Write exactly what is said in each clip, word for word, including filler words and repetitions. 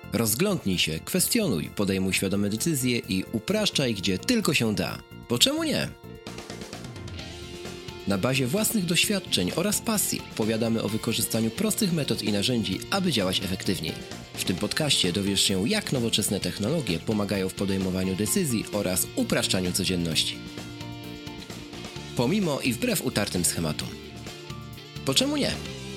Rozglądnij się, kwestionuj, podejmuj świadome decyzje i upraszczaj, gdzie tylko się da. Bo czemu nie? Na bazie własnych doświadczeń oraz pasji opowiadamy o wykorzystaniu prostych metod i narzędzi, aby działać efektywniej. W tym podcaście dowiesz się, jak nowoczesne technologie pomagają w podejmowaniu decyzji oraz upraszczaniu codzienności. Pomimo i wbrew utartym schematom. Bo czemu nie?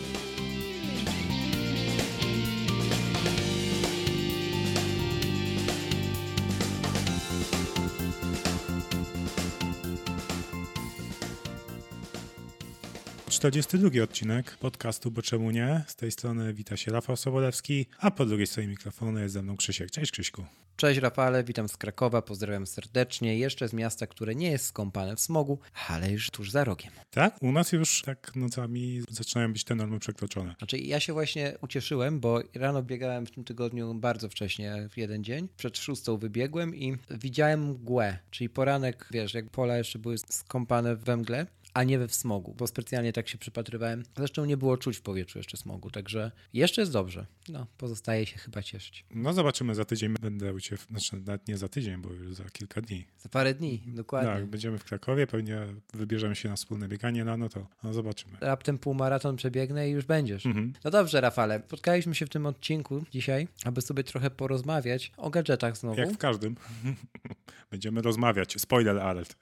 czterdziesty drugi odcinek podcastu Bo czemu nie? Z tej strony wita się Rafał Sobolewski, a po drugiej stronie mikrofonu jest ze mną Krzysiek. Cześć Krzyśku. Cześć Rafale, witam z Krakowa, pozdrawiam serdecznie. Jeszcze z miasta, które nie jest skąpane w smogu, ale już tuż za rogiem. Tak? U nas już tak nocami zaczynają być te normy przekroczone. Znaczy ja się właśnie ucieszyłem, bo rano biegałem w tym tygodniu bardzo wcześnie w jeden dzień. Przed szóstą wybiegłem i widziałem mgłę, czyli poranek, wiesz, jak pola jeszcze były skąpane we mgle, a nie we w smogu, bo specjalnie tak się przypatrywałem. Zresztą nie było czuć w powietrzu jeszcze smogu, także jeszcze jest dobrze. No, pozostaje się chyba cieszyć. No zobaczymy, za tydzień będę u Ciebie, znaczy nawet nie za tydzień, bo już za kilka dni. Za parę dni, dokładnie. Tak, będziemy w Krakowie, pewnie wybierzemy się na wspólne bieganie, no, no to no zobaczymy. Raptem półmaraton przebiegnę i już będziesz. Mhm. No dobrze, Rafale, spotkaliśmy się w tym odcinku dzisiaj, aby sobie trochę porozmawiać o gadżetach znowu. Jak w każdym. Będziemy rozmawiać. Spoiler alert.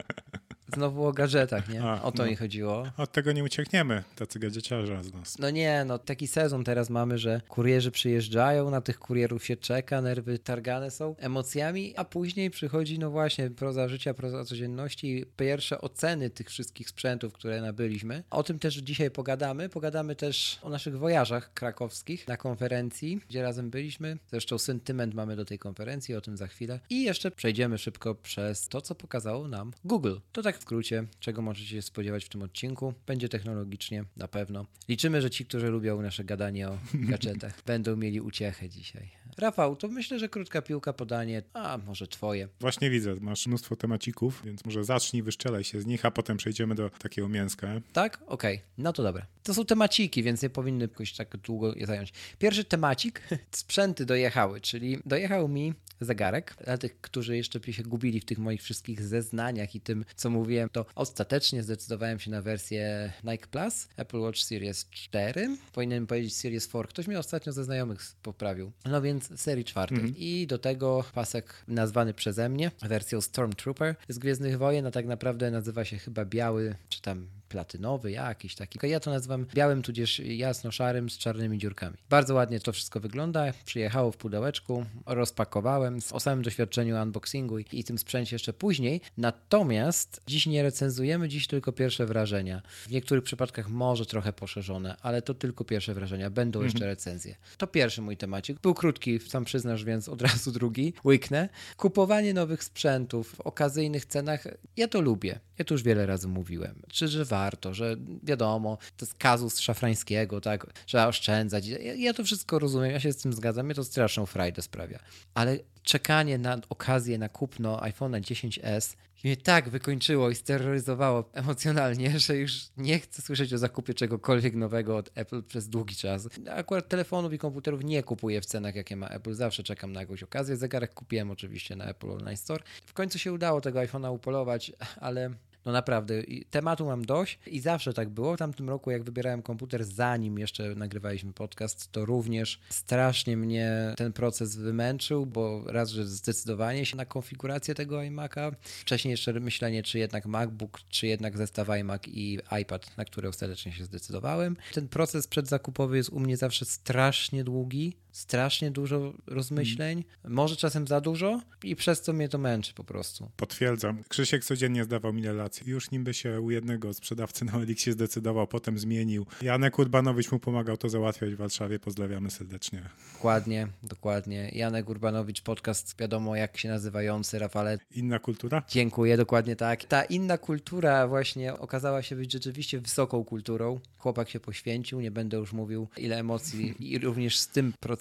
Znowu o gadżetach, nie? A, o to no. mi chodziło. Od tego nie uciekniemy, tacy gadżeciarze z nas. No nie, no taki sezon teraz mamy, że kurierzy przyjeżdżają, na tych kurierów się czeka, nerwy targane są emocjami, a później przychodzi, no właśnie, proza życia, proza codzienności, pierwsze oceny tych wszystkich sprzętów, które nabyliśmy. O tym też dzisiaj pogadamy. Pogadamy też o naszych wojażach krakowskich na konferencji, gdzie razem byliśmy. Zresztą sentyment mamy do tej konferencji, o tym za chwilę. I jeszcze przejdziemy szybko przez to, co pokazało nam Google. To tak w skrócie, czego możecie się spodziewać w tym odcinku. Będzie technologicznie, na pewno. Liczymy, że ci, którzy lubią nasze gadanie o gadżetach, będą mieli uciechę dzisiaj. Rafał, to myślę, że krótka piłka, podanie, a może twoje. Właśnie widzę, masz mnóstwo temacików, więc może zacznij, wyszczelaj się z nich, a potem przejdziemy do takiego mięska. Tak? Okej, okay. No to dobra. To są temaciki, więc nie powinny jakoś tak długo je zająć. Pierwszy temacik, sprzęty dojechały, czyli dojechał mi zegarek. Dla tych, którzy jeszcze się gubili w tych moich wszystkich zeznaniach i tym, co mówiłem, to ostatecznie zdecydowałem się na wersję Nike Plus, Apple Watch Series cztery. Powinienem powiedzieć Series cztery. Ktoś mnie ostatnio ze znajomych poprawił. No więc serii czwartej. Mm-hmm. I do tego pasek nazwany przeze mnie wersją Stormtrooper z Gwiezdnych Wojen, a tak naprawdę nazywa się chyba biały, czy tam platynowy, jakiś taki. Ja to nazywam białym, tudzież jasno-szarym z czarnymi dziurkami. Bardzo ładnie to wszystko wygląda. Przyjechało w pudełeczku, rozpakowałem o samym doświadczeniu unboxingu i, i tym sprzęcie jeszcze później. Natomiast dziś nie recenzujemy, dziś tylko pierwsze wrażenia. W niektórych przypadkach może trochę poszerzone, ale to tylko pierwsze wrażenia. Będą jeszcze mhm. recenzje. To pierwszy mój temacik. Był krótki, sam przyznasz, więc od razu drugi. Łyknę. Kupowanie nowych sprzętów w okazyjnych cenach, ja to lubię. Ja to już wiele razy mówiłem. Czy, że warto, że wiadomo, to jest kazus Szafrańskiego, tak, trzeba oszczędzać. Ja, ja to wszystko rozumiem, ja się z tym zgadzam, mnie to straszną frajdę sprawia. Ale czekanie na okazję na kupno iPhone'a dziesięć es mnie tak wykończyło i steroryzowało emocjonalnie, że już nie chcę słyszeć o zakupie czegokolwiek nowego od Apple przez długi czas. Akurat telefonów i komputerów nie kupuję w cenach, jakie ma Apple. Zawsze czekam na jakąś okazję. Zegarek kupiłem oczywiście na Apple Online Store. W końcu się udało tego iPhone'a upolować, ale no naprawdę, tematu mam dość i zawsze tak było. W tamtym roku, jak wybierałem komputer, zanim jeszcze nagrywaliśmy podcast, to również strasznie mnie ten proces wymęczył, bo raz, że zdecydowanie się na konfigurację tego iMac'a, wcześniej jeszcze myślenie, czy jednak MacBook, czy jednak zestaw iMac i iPad, na który ostatecznie się zdecydowałem. Ten proces przedzakupowy jest u mnie zawsze strasznie długi, strasznie dużo rozmyśleń, hmm. może czasem za dużo i przez co mnie to męczy po prostu. Potwierdzam. Krzysiek codziennie zdawał mi relacje. Już niby się u jednego sprzedawcy na O L X zdecydował, potem zmienił. Janek Urbanowicz mu pomagał to załatwiać w Warszawie. Pozdrawiamy serdecznie. Dokładnie, dokładnie. Janek Urbanowicz, podcast wiadomo jak się nazywający, Rafale. Inna kultura? Dziękuję, dokładnie tak. Ta inna kultura właśnie okazała się być rzeczywiście wysoką kulturą. Chłopak się poświęcił, nie będę już mówił ile emocji i również z tym procesem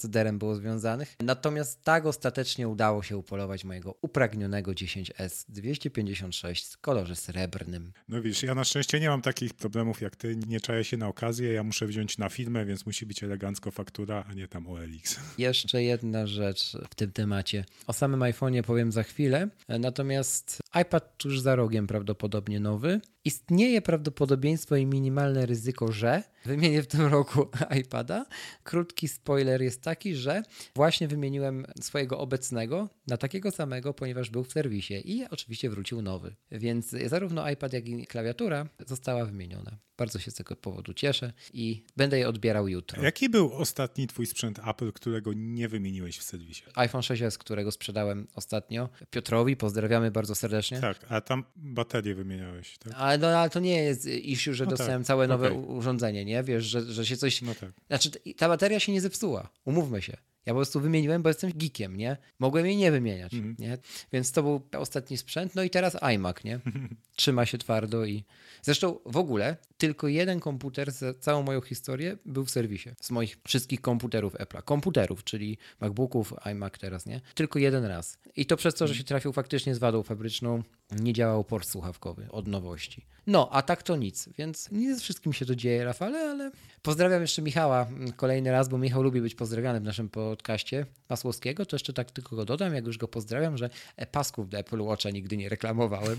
procederem było związanych. Natomiast tak ostatecznie udało się upolować mojego upragnionego dziesięć S dwieście pięćdziesiąt sześć w kolorze srebrnym. No widzisz, ja na szczęście nie mam takich problemów jak ty, nie czaję się na okazję, ja muszę wziąć na filmę, więc musi być elegancko faktura, a nie tam O L X. Jeszcze jedna rzecz w tym temacie. O samym iPhone'ie powiem za chwilę, natomiast iPad tuż za rogiem prawdopodobnie nowy. Istnieje prawdopodobieństwo i minimalne ryzyko, że wymienię w tym roku iPada. Krótki spoiler jest taki, że właśnie wymieniłem swojego obecnego na takiego samego, ponieważ był w serwisie i oczywiście wrócił nowy. Więc zarówno iPad, jak i klawiatura została wymieniona. Bardzo się z tego powodu cieszę i będę je odbierał jutro. Jaki był ostatni twój sprzęt Apple, którego nie wymieniłeś w serwisie? iPhone sześć S, którego sprzedałem ostatnio Piotrowi, pozdrawiamy bardzo serdecznie. Tak, a tam baterię wymieniałeś, tak? Ale, no, ale to nie jest issue, że No dostałem tak, całe nowe okej. u- urządzenie, nie? Wiesz, że, że się coś... No tak. Znaczy, ta bateria się nie zepsuła, umówmy się. Ja po prostu wymieniłem, bo jestem geekiem, nie? Mogłem jej nie wymieniać, Mhm. nie? Więc to był ostatni sprzęt. No i teraz iMac, nie? Trzyma się twardo i... Zresztą w ogóle tylko jeden komputer za całą moją historię był w serwisie. Z moich wszystkich komputerów Apple'a. Komputerów, czyli MacBooków, iMac teraz, nie? Tylko jeden raz. I to przez to, że się trafił faktycznie z wadą fabryczną, nie działał port słuchawkowy od nowości. No, a tak to nic, więc nie ze wszystkim się to dzieje, Rafale, ale pozdrawiam jeszcze Michała kolejny raz, bo Michał lubi być pozdrawiany w naszym podcaście Masłowskiego, to jeszcze tak tylko go dodam, jak już go pozdrawiam, że pasków do Apple Watcha nigdy nie reklamowałem.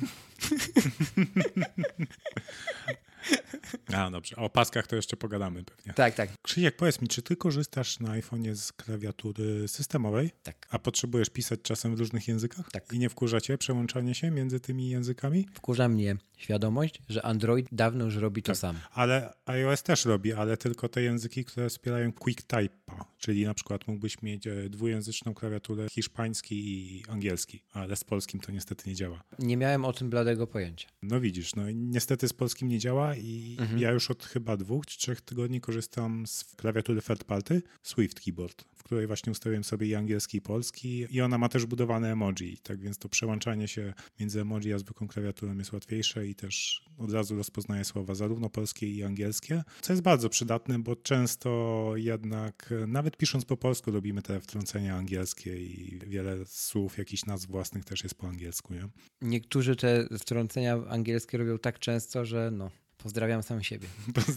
A, dobrze. O paskach to jeszcze pogadamy pewnie. Tak, tak, Krzysiek, powiedz mi, czy ty korzystasz na iPhone'ie z klawiatury systemowej? tak. A potrzebujesz pisać czasem w różnych językach? Tak. I nie wkurza cię przełączanie się między tymi językami? Wkurza mnie świadomość, że Android dawno już robi to Tak. sam. Ale iOS też robi, ale tylko te języki, które wspierają QuickType'a, czyli na przykład mógłbyś mieć e, dwujęzyczną klawiaturę hiszpański i angielski, ale z polskim to niestety nie działa. Nie miałem o tym bladego pojęcia. No widzisz, no i niestety z polskim nie działa i Mhm. ja już od chyba dwóch czy trzech tygodni korzystam z klawiatury third party, Swift Keyboard, w której właśnie ustawiłem sobie i angielski i polski i ona ma też budowane emoji, tak więc to przełączanie się między emoji a zwykłą klawiaturą jest łatwiejsze i też od razu rozpoznaje słowa zarówno polskie i angielskie, co jest bardzo przydatne, bo często jednak nawet pisząc po polsku robimy te wtrącenia angielskie i wiele słów, jakichś nazw własnych też jest po angielsku, nie? Niektórzy te wtrącenia angielskie robią tak często, że no, pozdrawiam sam siebie.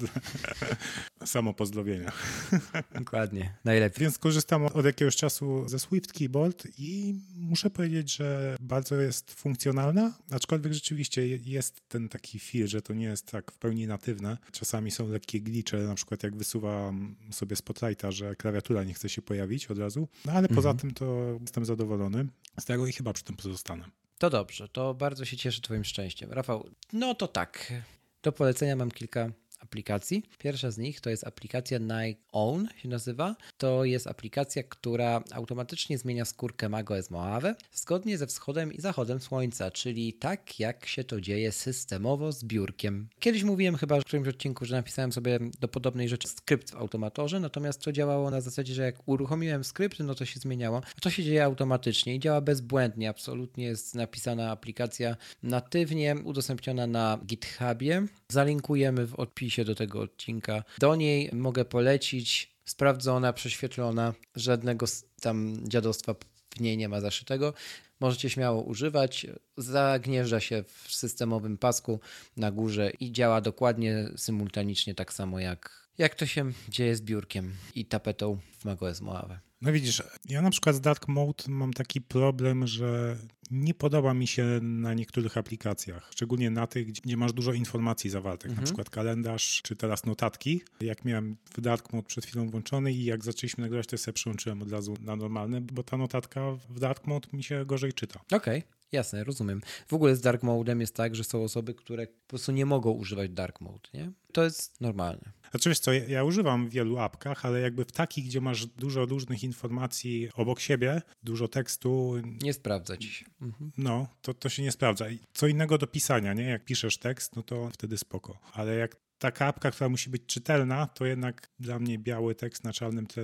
Samo pozdrowienia. Dokładnie, najlepiej. Więc korzystam od jakiegoś czasu ze Swift Keyboard i muszę powiedzieć, że bardzo jest funkcjonalna, aczkolwiek rzeczywiście jest ten taki feel, że to nie jest tak w pełni natywne. Czasami są lekkie glitche, na przykład jak wysuwam sobie Spotlighta, że klawiatura nie chce się pojawić od razu, no ale poza tym to jestem zadowolony z tego i chyba przy tym pozostanę. To dobrze, to bardzo się cieszę twoim szczęściem. Rafał, no to tak. Do polecenia mam kilka aplikacji. Pierwsza z nich to jest aplikacja Nike Own, się nazywa. To jest aplikacja, która automatycznie zmienia skórkę macOS Mojave zgodnie ze wschodem i zachodem słońca, czyli tak jak się to dzieje systemowo z biurkiem. Kiedyś mówiłem chyba w którymś odcinku, że napisałem sobie do podobnej rzeczy skrypt w automatorze, natomiast to działało na zasadzie, że jak uruchomiłem skrypt, no to się zmieniało. A to się dzieje automatycznie i działa bezbłędnie. Absolutnie jest napisana aplikacja natywnie, udostępniona na GitHubie. Zalinkujemy w odpisie do tego odcinka. Do niej mogę polecić, sprawdzona, prześwietlona, żadnego tam dziadostwa w niej nie ma zaszytego. Możecie śmiało używać. Zagnieżdża się w systemowym pasku na górze i działa dokładnie symultanicznie tak samo jak, jak to się dzieje z biurkiem i tapetą w macOS Mojave. No widzisz, ja na przykład z Dark Mode mam taki problem, że nie podoba mi się na niektórych aplikacjach, szczególnie na tych, gdzie masz dużo informacji zawartych, Mhm. na przykład kalendarz, czy teraz notatki. Jak miałem w Dark Mode przed chwilą włączony i jak zaczęliśmy nagrywać, to sobie przełączyłem od razu na normalny, bo ta notatka w Dark Mode mi się gorzej czyta. Okej, jasne, rozumiem. W ogóle z Dark Mode'em jest tak, że są osoby, które po prostu nie mogą używać Dark Mode, nie? To jest normalne. Znaczy wiesz co, ja, ja używam w wielu apkach, ale jakby w takich, gdzie masz dużo różnych informacji obok siebie, dużo tekstu, Nie sprawdza ci się. Mhm. no, to, to się nie sprawdza. I co innego do pisania, nie? Jak piszesz tekst, no to wtedy spoko. Ale jak taka apka, która musi być czytelna, to jednak dla mnie biały tekst na czarnym tle, no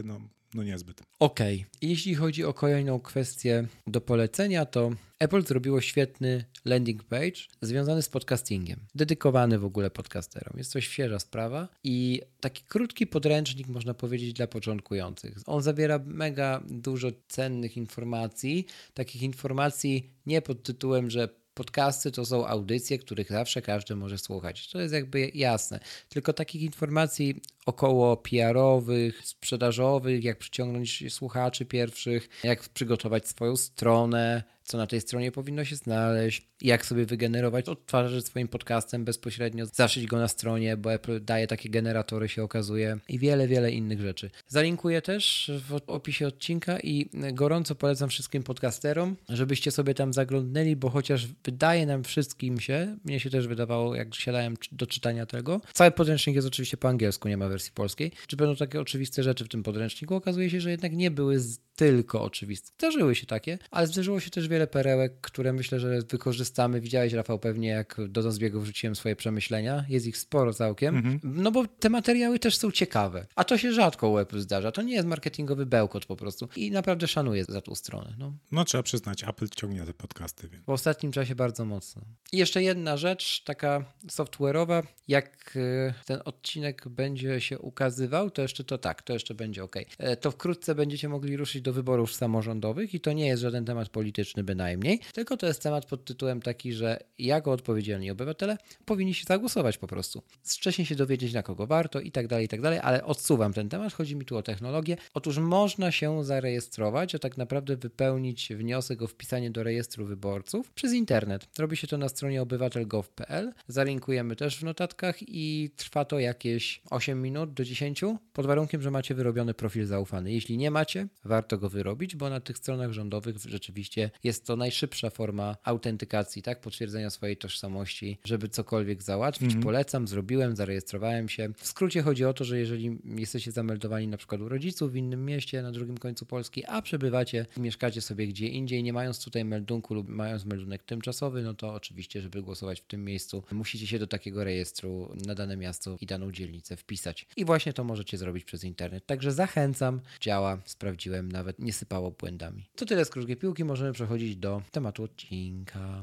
no niezbyt. Okej, okay. Jeśli chodzi o kolejną kwestię do polecenia, to Apple zrobiło świetny landing page związany z podcastingiem, dedykowany w ogóle podcasterom. Jest to świeża sprawa i taki krótki podręcznik, można powiedzieć, dla początkujących. On zawiera mega dużo cennych informacji, takich informacji nie pod tytułem, że podcasty to są audycje, których zawsze każdy może słuchać. To jest jakby jasne. Tylko takich informacji około P R-owych, sprzedażowych, jak przyciągnąć słuchaczy pierwszych, jak przygotować swoją stronę, co na tej stronie powinno się znaleźć, jak sobie wygenerować odtwarzacz swoim podcastem bezpośrednio, zaszyć go na stronie, bo Apple daje takie generatory, się okazuje, i wiele, wiele innych rzeczy. Zalinkuję też w opisie odcinka i gorąco polecam wszystkim podcasterom, żebyście sobie tam zaglądnęli, bo chociaż wydaje nam wszystkim się, mnie się też wydawało, jak siadałem do czytania tego, cały podręcznik jest oczywiście po angielsku, nie ma wersji polskiej, czy będą takie oczywiste rzeczy w tym podręczniku, okazuje się, że jednak nie były tylko oczywiste. Zdarzyły się takie, ale zdarzyło się też wiele perełek, które myślę, że wykorzystamy. Widziałeś, Rafał, pewnie jak do Nozbiegu wrzuciłem swoje przemyślenia. Jest ich sporo całkiem. Mhm. No bo te materiały też są ciekawe. A to się rzadko u Apple zdarza. To nie jest marketingowy bełkot po prostu. I naprawdę szanuję za tą stronę. No, no trzeba przyznać, Apple ciągnie te podcasty. Więc. W ostatnim czasie bardzo mocno. I jeszcze jedna rzecz, taka software'owa. Jak ten odcinek będzie się ukazywał, to jeszcze to tak, to jeszcze będzie ok. To wkrótce będziecie mogli ruszyć do wyborów samorządowych i to nie jest żaden temat polityczny bynajmniej, tylko to jest temat pod tytułem taki, że jako odpowiedzialni obywatele powinniście zagłosować po prostu. Wcześniej się dowiedzieć, na kogo warto i tak dalej, i tak dalej, ale odsuwam ten temat, chodzi mi tu o technologię. Otóż można się zarejestrować, a tak naprawdę wypełnić wniosek o wpisanie do rejestru wyborców przez internet. Robi się to na stronie obywatel kropka gov kropka p l. Zalinkujemy też w notatkach i trwa to jakieś osiem minut do dziesięciu, pod warunkiem, że macie wyrobiony profil zaufany. Jeśli nie macie, warto go wyrobić, bo na tych stronach rządowych rzeczywiście jest to najszybsza forma autentykacji, tak, potwierdzenia swojej tożsamości, żeby cokolwiek załatwić. Mm-hmm. Polecam, zrobiłem, zarejestrowałem się. W skrócie chodzi o to, że jeżeli jesteście zameldowani na przykład u rodziców w innym mieście na drugim końcu Polski, a przebywacie i mieszkacie sobie gdzie indziej, nie mając tutaj meldunku lub mając meldunek tymczasowy, no to oczywiście, żeby głosować w tym miejscu, musicie się do takiego rejestru na dane miasto i daną dzielnicę wpisać. I właśnie to możecie zrobić przez internet. Także zachęcam, działa, sprawdziłem, nawet nie sypało błędami. To tyle z krótkiej piłki, możemy przechodzić do tematu odcinka.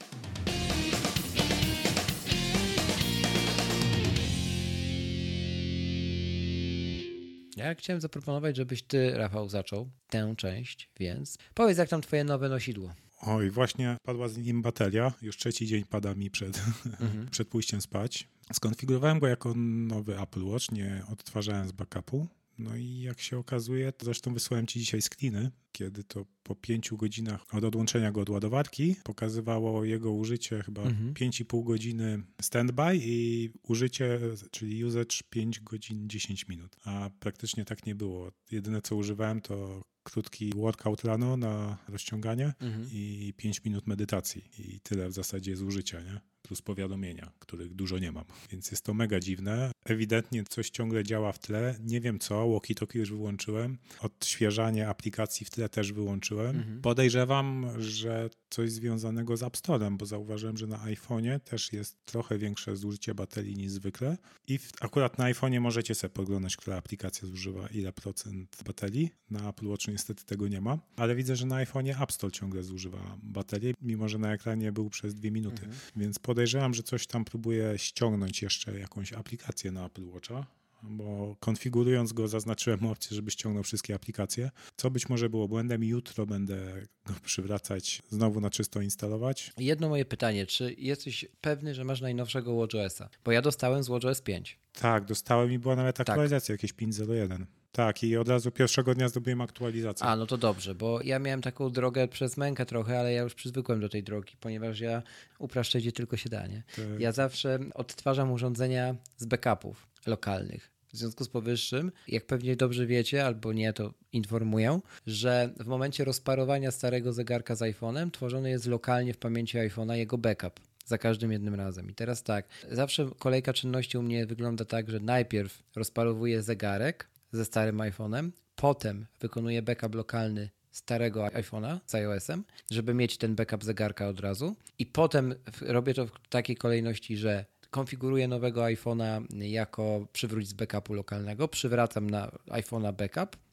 Ja chciałem zaproponować, żebyś ty, Rafał, zaczął tę część, więc powiedz, jak tam twoje nowe nosidło. Oj, właśnie padła z nim bateria, już trzeci dzień pada mi przed, mhm. przed pójściem spać. Skonfigurowałem go jako nowy Apple Watch, nie odtwarzałem z backupu. No i jak się okazuje, to zresztą wysłałem ci dzisiaj screeny, kiedy to po pięciu godzinach od odłączenia go od ładowarki pokazywało jego użycie chyba mhm. pięć i pół godziny standby i użycie, czyli usage pięć godzin dziesięć minut. A praktycznie tak nie było. Jedyne co używałem to krótki workout rano na rozciąganie mhm. i pięć minut medytacji. I tyle w zasadzie zużycia, nie? Plus powiadomienia, których dużo nie mam. Więc jest to mega dziwne. Ewidentnie coś ciągle działa w tle. Nie wiem co, walkie-talkie już wyłączyłem. Odświeżanie aplikacji w tle też wyłączyłem. Mhm. Podejrzewam, że coś związanego z App Store'em, bo zauważyłem, że na iPhone'ie też jest trochę większe zużycie baterii niż zwykle. I w, akurat na iPhone'ie możecie sobie podglądać, która aplikacja zużywa ile procent baterii. Na Apple Watchu niestety tego nie ma. Ale widzę, że na iPhone'ie App Store ciągle zużywa baterię, mimo że na ekranie był przez dwie minuty. Mhm. Więc podejrzewam, że coś tam próbuje ściągnąć jeszcze jakąś aplikację na Apple Watcha, bo konfigurując go zaznaczyłem opcję, żeby ściągnął wszystkie aplikacje, co być może było błędem i jutro będę go przywracać, znowu na czysto instalować. Jedno moje pytanie, czy jesteś pewny, że masz najnowszego WatchOS-a? Bo ja dostałem z WatchOS pięć. Tak, dostałem i była nawet aktualizacja, tak. Jakieś pięć zero jeden. Tak, i od razu pierwszego dnia zdobyłem aktualizację. A, no to dobrze, bo ja miałem taką drogę przez mękę trochę, ale ja już przyzwykłem do tej drogi, ponieważ ja upraszczę, gdzie tylko się da, nie? Tak. Ja zawsze odtwarzam urządzenia z backupów lokalnych. W związku z powyższym, jak pewnie dobrze wiecie, albo nie, to informuję, że w momencie rozparowania starego zegarka z iPhone'em tworzony jest lokalnie w pamięci iPhone'a jego backup. Za każdym jednym razem. I teraz tak, zawsze kolejka czynności u mnie wygląda tak, że najpierw rozparowuję zegarek ze starym iPhone'em, potem wykonuję backup lokalny starego iPhone'a z iOS-em, żeby mieć ten backup zegarka od razu i potem robię to w takiej kolejności, że konfiguruję nowego iPhone'a jako przywróć z backupu lokalnego, przywracam na iPhone'a backup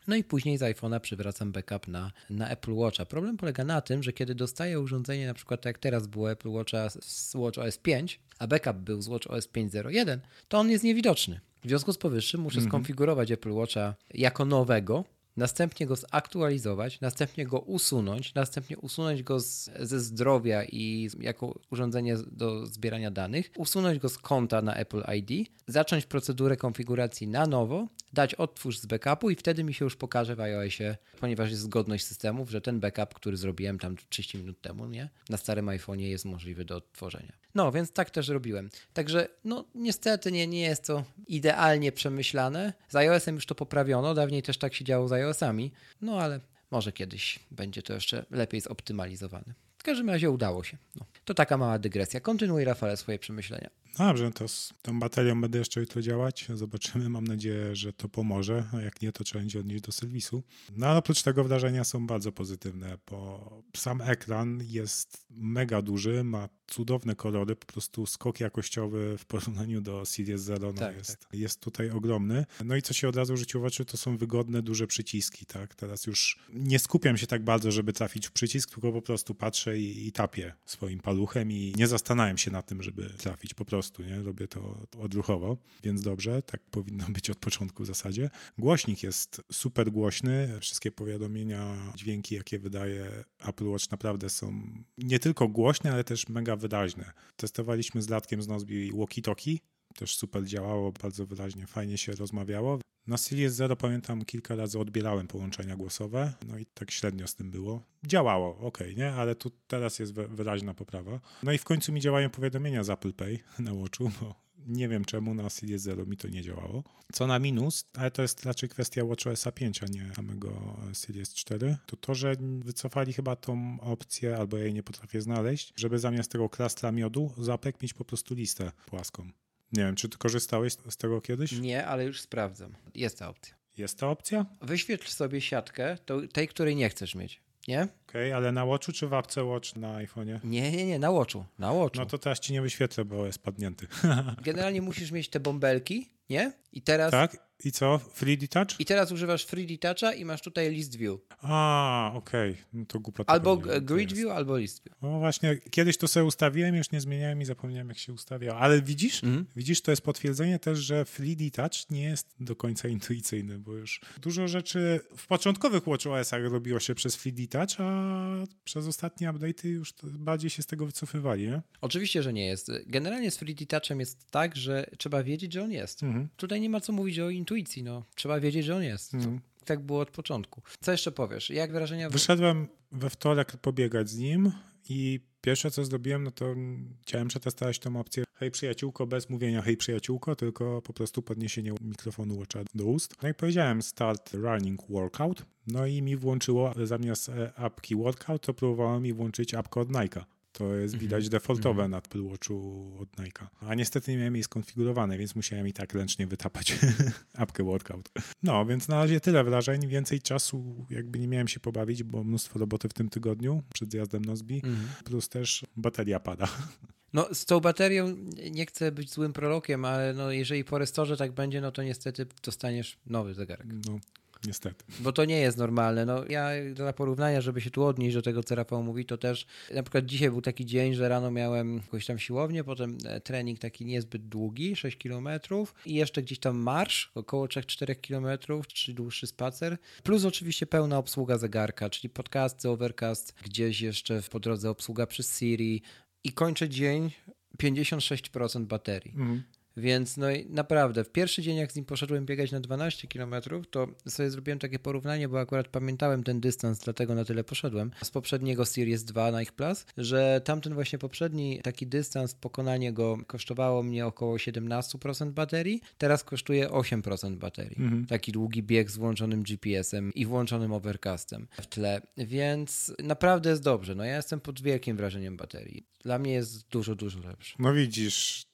No i później z iPhone'a przywracam backup na, na Apple Watcha. Problem polega na tym, że kiedy dostaję urządzenie, na przykład tak jak teraz było Apple Watcha z WatchOS pięć, a backup był z WatchOS pięć zero jeden, to on jest niewidoczny. W związku z powyższym muszę mm-hmm. skonfigurować Apple Watcha jako nowego, następnie go zaktualizować, następnie go usunąć, następnie usunąć go z, ze zdrowia i jako urządzenie do zbierania danych, usunąć go z konta na Apple I D, zacząć procedurę konfiguracji na nowo, dać odtwórz z backupu i wtedy mi się już pokaże w iOSie, ponieważ jest zgodność systemów, że ten backup, który zrobiłem tam trzydzieści minut temu, nie, na starym iPhone'ie jest możliwy do odtworzenia. No, więc tak też robiłem. Także, no niestety nie, nie jest to idealnie przemyślane. Z iOS-em już to poprawiono, dawniej też tak się działo z iOS-ami, no ale może kiedyś będzie to jeszcze lepiej zoptymalizowane. W każdym razie udało się. No. To taka mała dygresja. Kontynuuj, Rafale, swoje przemyślenia. Dobrze, to z tą baterią będę jeszcze jutro działać. Zobaczymy. Mam nadzieję, że to pomoże. A jak nie, to trzeba będzie odnieść do serwisu. No ale oprócz tego wrażenia są bardzo pozytywne, bo sam ekran jest mega duży, ma cudowne kolory, po prostu skok jakościowy w porównaniu do Series Zero no tak, jest, tak. jest tutaj ogromny. No i co się od razu rzuciło w oczy, to są wygodne, duże przyciski. Tak? Teraz już nie skupiam się tak bardzo, żeby trafić w przycisk, tylko po prostu patrzę i, i tapię swoim paluchem i nie zastanawiam się nad tym, żeby trafić po prostu. Nie? Robię to odruchowo, więc dobrze, tak powinno być od początku w zasadzie. Głośnik jest super głośny, wszystkie powiadomienia, dźwięki, jakie wydaje Apple Watch naprawdę są nie tylko głośne, ale też mega wyraźne. Testowaliśmy z Latkiem z Nozbi walkie-talkie, też super działało, bardzo wyraźnie, fajnie się rozmawiało. Na Series Zero pamiętam kilka razy odbierałem połączenia głosowe, no i tak średnio z tym było. Działało, okej, okay, nie? Ale tu teraz jest wyraźna poprawa. No i w końcu mi działają powiadomienia z Apple Pay na Watchu, bo nie wiem czemu na Series Zero mi to nie działało. Co na minus, ale to jest raczej kwestia WatchOS pięć, a nie samego Series cztery, to to, że wycofali chyba tą opcję, albo ja jej nie potrafię znaleźć, żeby zamiast tego klastra miodu z apek mieć po prostu listę płaską. Nie wiem, czy ty korzystałeś z tego kiedyś? Nie, ale już sprawdzam. Jest ta opcja. Jest ta opcja? Wyświetl sobie siatkę, to tej, której nie chcesz mieć, nie? Okej, okay, ale na Watchu czy w apce Watch na iPhone'ie? Nie, nie, nie, na Watchu, na Watchu. No to teraz ci nie wyświetlę, bo jest padnięty. Generalnie musisz mieć te bąbelki, nie? I teraz... Tak? I co? trzy D Touch? I teraz używasz trzy D Toucha i masz tutaj List View. A, okej. Okay. No to głupota. Albo Grid View, albo List View. No właśnie, kiedyś to sobie ustawiłem, już nie zmieniałem i zapomniałem, jak się ustawiało. Ale widzisz? Mm. Widzisz, to jest potwierdzenie też, że trzy D Touch nie jest do końca intuicyjny, bo już dużo rzeczy w początkowych WatchOS-ach robiło się przez trzy D Touch, a przez ostatnie update'y już bardziej się z tego wycofywali, nie? Oczywiście, że nie jest. Generalnie z trzy D Touchem jest tak, że trzeba wiedzieć, że on jest. Mm. Tutaj nie ma co mówić o intuicji, no. Trzeba wiedzieć, że on jest. Mm. Tak było od początku. Co jeszcze powiesz? Jak wrażenia? Wyszedłem we wtorek pobiegać z nim i pierwsze, co zrobiłem, no to chciałem przetestować tą opcję hej przyjaciółko, bez mówienia hej przyjaciółko, tylko po prostu podniesienie mikrofonu Watcha do ust. No i powiedziałem start running workout, no i mi włączyło zamiast apki workout, to próbowało mi włączyć apkę od Nike'a. To jest widać defaultowe mm-hmm. na Apple Watchu od Nike'a. A niestety nie miałem jej skonfigurowane, więc musiałem i tak ręcznie wytapać apkę Workout. No, więc na razie tyle wrażeń. Więcej czasu jakby nie miałem się pobawić, bo mnóstwo roboty w tym tygodniu przed zjazdem Nozbi. Mm-hmm. Plus też bateria pada. No z tą baterią nie chcę być złym prorokiem, ale no jeżeli po restorze tak będzie, no to niestety dostaniesz nowy zegarek. No. Niestety. Bo to nie jest normalne. No ja dla porównania, żeby się tu odnieść do tego, co Rafał mówi, to też na przykład dzisiaj był taki dzień, że rano miałem jakąś tam siłownię, potem trening taki niezbyt długi, sześć kilometrów i jeszcze gdzieś tam marsz, około trzy cztery kilometrów, czy dłuższy spacer. Plus oczywiście pełna obsługa zegarka, czyli podcasty, Overcast, gdzieś jeszcze po drodze obsługa przez Siri i kończę dzień pięćdziesiąt sześć procent baterii. Mhm. Więc no i naprawdę, w pierwszy dzień jak z nim poszedłem biegać na dwanaście kilometrów, to sobie zrobiłem takie porównanie, bo akurat pamiętałem ten dystans, dlatego na tyle poszedłem, z poprzedniego Series dwa Nike Plus, że tamten właśnie poprzedni taki dystans, pokonanie go kosztowało mnie około siedemnaście procent baterii, teraz kosztuje osiem procent baterii. Mhm. Taki długi bieg z włączonym G P S-em i włączonym Overcastem w tle, więc naprawdę jest dobrze. No ja jestem pod wielkim wrażeniem baterii. Dla mnie jest dużo, dużo lepszy. No widzisz...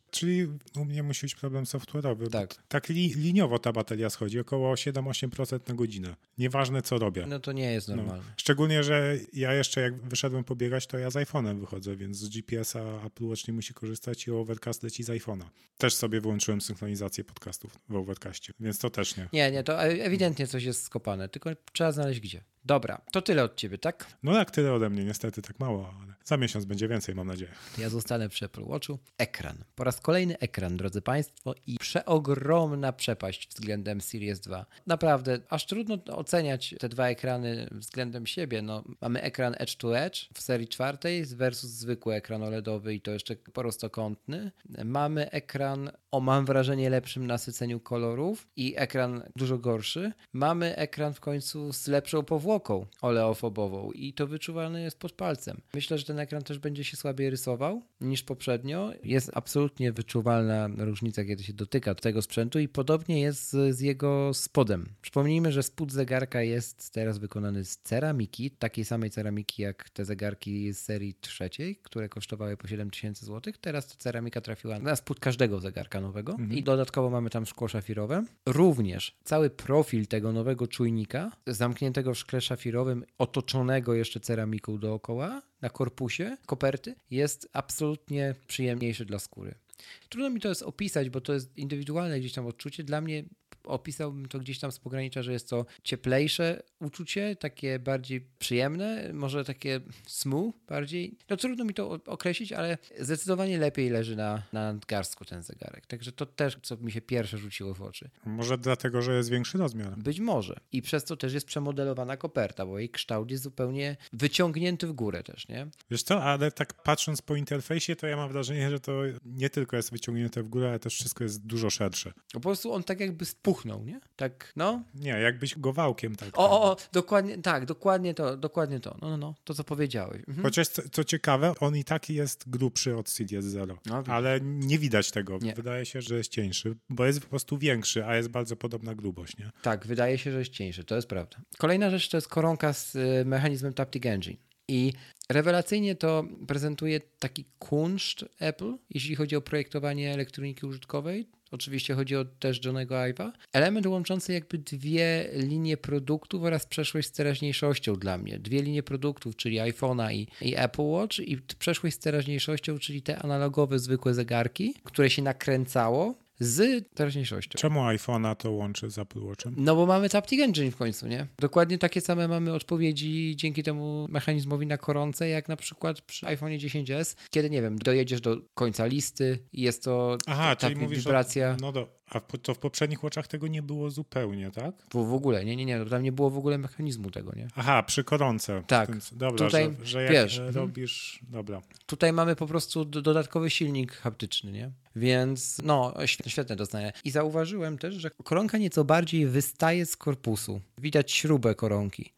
Czyli u mnie musi być problem software'owy. Tak. Tak li, liniowo ta bateria schodzi, około siedem do ośmiu procent na godzinę. Nieważne co robię. No to nie jest normalne. No. Szczególnie, że ja jeszcze jak wyszedłem pobiegać, to ja z iPhone'em wychodzę, więc z G P S-a Apple Watch nie musi korzystać i Overcast leci z iPhone'a. Też sobie wyłączyłem synchronizację podcastów w Overcastie, więc to też nie. Nie, nie, to ewidentnie coś jest skopane, tylko trzeba znaleźć gdzie. Dobra, to tyle od ciebie, tak? No tak, tyle ode mnie, niestety tak mało, ale za miesiąc będzie więcej, mam nadzieję. Ja zostanę przy Apple Watchu. Ekran. Po raz kolejny ekran, drodzy Państwo, i przeogromna przepaść względem Series dwa. Naprawdę, aż trudno oceniać te dwa ekrany względem siebie. No, mamy ekran Edge to Edge w serii czwartej versus zwykły ekran O L E D owy i to jeszcze prostokątny. Mamy ekran o, mam wrażenie, lepszym nasyceniu kolorów i ekran dużo gorszy. Mamy ekran w końcu z lepszą powłoką oleofobową i to wyczuwalne jest pod palcem. Myślę, że ten ekran też będzie się słabiej rysował niż poprzednio. Jest absolutnie wyczuwalna różnica, kiedy się dotyka tego sprzętu i podobnie jest z, z jego spodem. Przypomnijmy, że spód zegarka jest teraz wykonany z ceramiki, takiej samej ceramiki jak te zegarki z serii trzeciej, które kosztowały po siedem tysięcy złotych. Teraz ta ceramika trafiła na spód każdego zegarka nowego mhm. i dodatkowo mamy tam szkło szafirowe. Również cały profil tego nowego czujnika, zamkniętego w szkle szafirowym, otoczonego jeszcze ceramiką dookoła, na korpusie koperty, jest absolutnie przyjemniejszy dla skóry. Trudno mi to jest opisać, bo to jest indywidualne gdzieś tam odczucie. Dla mnie opisałbym to gdzieś tam z pogranicza, że jest to cieplejsze uczucie, takie bardziej przyjemne, może takie smooth bardziej. No trudno mi to określić, ale zdecydowanie lepiej leży na, na nadgarstku ten zegarek. Także to też, co mi się pierwsze rzuciło w oczy. Może dlatego, że jest większy rozmiar. Być może. I przez to też jest przemodelowana koperta, bo jej kształt jest zupełnie wyciągnięty w górę też, nie? Wiesz co, ale tak patrząc po interfejsie, to ja mam wrażenie, że to nie tylko jest wyciągnięte w górę, ale też wszystko jest dużo szersze. Po prostu on tak jakby spuchnął, nie? Tak, no. Nie, jakbyś go wałkiem tak. O, o, o, dokładnie, tak, dokładnie to, dokładnie to. No, no, no, to co powiedziałeś. Mhm. Chociaż co, co ciekawe, on i tak jest grubszy od Series Zero, no, ale nie widać tego. Nie. Wydaje się, że jest cieńszy, bo jest po prostu większy, a jest bardzo podobna grubość, nie? Tak, wydaje się, że jest cieńszy, to jest prawda. Kolejna rzecz to jest koronka z y, mechanizmem Taptic Engine. I rewelacyjnie to prezentuje taki kunszt Apple, jeśli chodzi o projektowanie elektroniki użytkowej. Oczywiście chodzi o też Johnego Ive'a. Element łączący jakby dwie linie produktów oraz przeszłość z teraźniejszością dla mnie. Dwie linie produktów, czyli iPhone'a i, i Apple Watch i przeszłość z teraźniejszością, czyli te analogowe, zwykłe zegarki, które się nakręcało z teraźniejszością. Czemu iPhone'a to łączy z Apple Watchem? No bo mamy Taptic Engine w końcu, nie? Dokładnie takie same mamy odpowiedzi dzięki temu mechanizmowi na koronce, jak na przykład przy iPhone dziesięć S, kiedy, nie wiem, dojedziesz do końca listy i jest to Aha, ta, czyli mówisz wibracja. O, no do, a to w poprzednich Watchach tego nie było zupełnie, tak? W, w ogóle, nie, nie, nie, tam nie było w ogóle mechanizmu tego, nie? Aha, przy koronce. Tak. Tym, dobra, tutaj, że, że jak wiesz, robisz, hmm. dobra. Tutaj mamy po prostu dodatkowy silnik haptyczny, nie? Więc no, świetne doznanie. I zauważyłem też, że koronka nieco bardziej wystaje z korpusu. Widać śrubę koronki.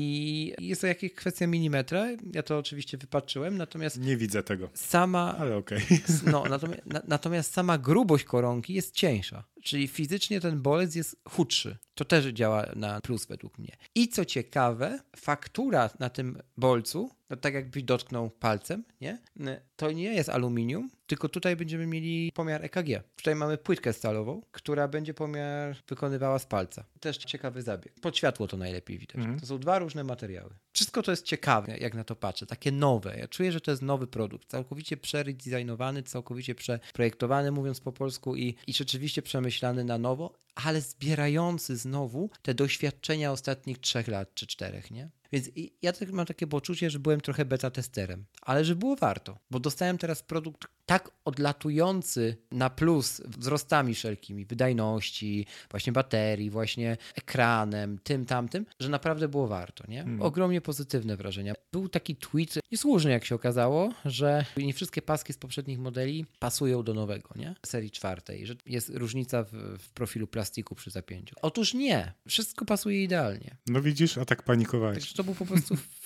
I jest to jakaś kwestia milimetra. Ja to oczywiście wypatrzyłem, natomiast... Nie widzę tego. Sama... Ale okej. Okay. No, natomiast, na, natomiast sama grubość koronki jest cieńsza. Czyli fizycznie ten bolec jest chudszy. To też działa na plus według mnie. I co ciekawe, faktura na tym bolcu, no tak jakbyś dotknął palcem, nie? To nie jest aluminium, tylko tutaj będziemy mieli pomiar E K G. Tutaj mamy płytkę stalową, która będzie pomiar wykonywała z palca. Też ciekawy zabieg. Pod światło to najlepiej widać. Mm. To są dwa różne materiały. Wszystko to jest ciekawe, jak na to patrzę. Takie nowe. Ja czuję, że to jest nowy produkt. Całkowicie przeredesignowany, całkowicie przeprojektowany, mówiąc po polsku i, i rzeczywiście przemyślany na nowo, ale zbierający znowu te doświadczenia ostatnich trzech lat czy czterech, nie? Więc ja tak mam takie poczucie, że byłem trochę beta testerem, ale że było warto, bo dostałem teraz produkt tak odlatujący na plus wzrostami wszelkimi, wydajności, właśnie baterii, właśnie ekranem, tym, tamtym, że naprawdę było warto, nie? Hmm. Ogromnie pozytywne wrażenia. Był taki tweet, niesłuszny jak się okazało, że nie wszystkie paski z poprzednich modeli pasują do nowego, nie? Serii czwartej, że jest różnica w, w profilu plastiku przy zapięciu. Otóż nie, wszystko pasuje idealnie. No widzisz, a tak panikowałeś. Także to był po prostu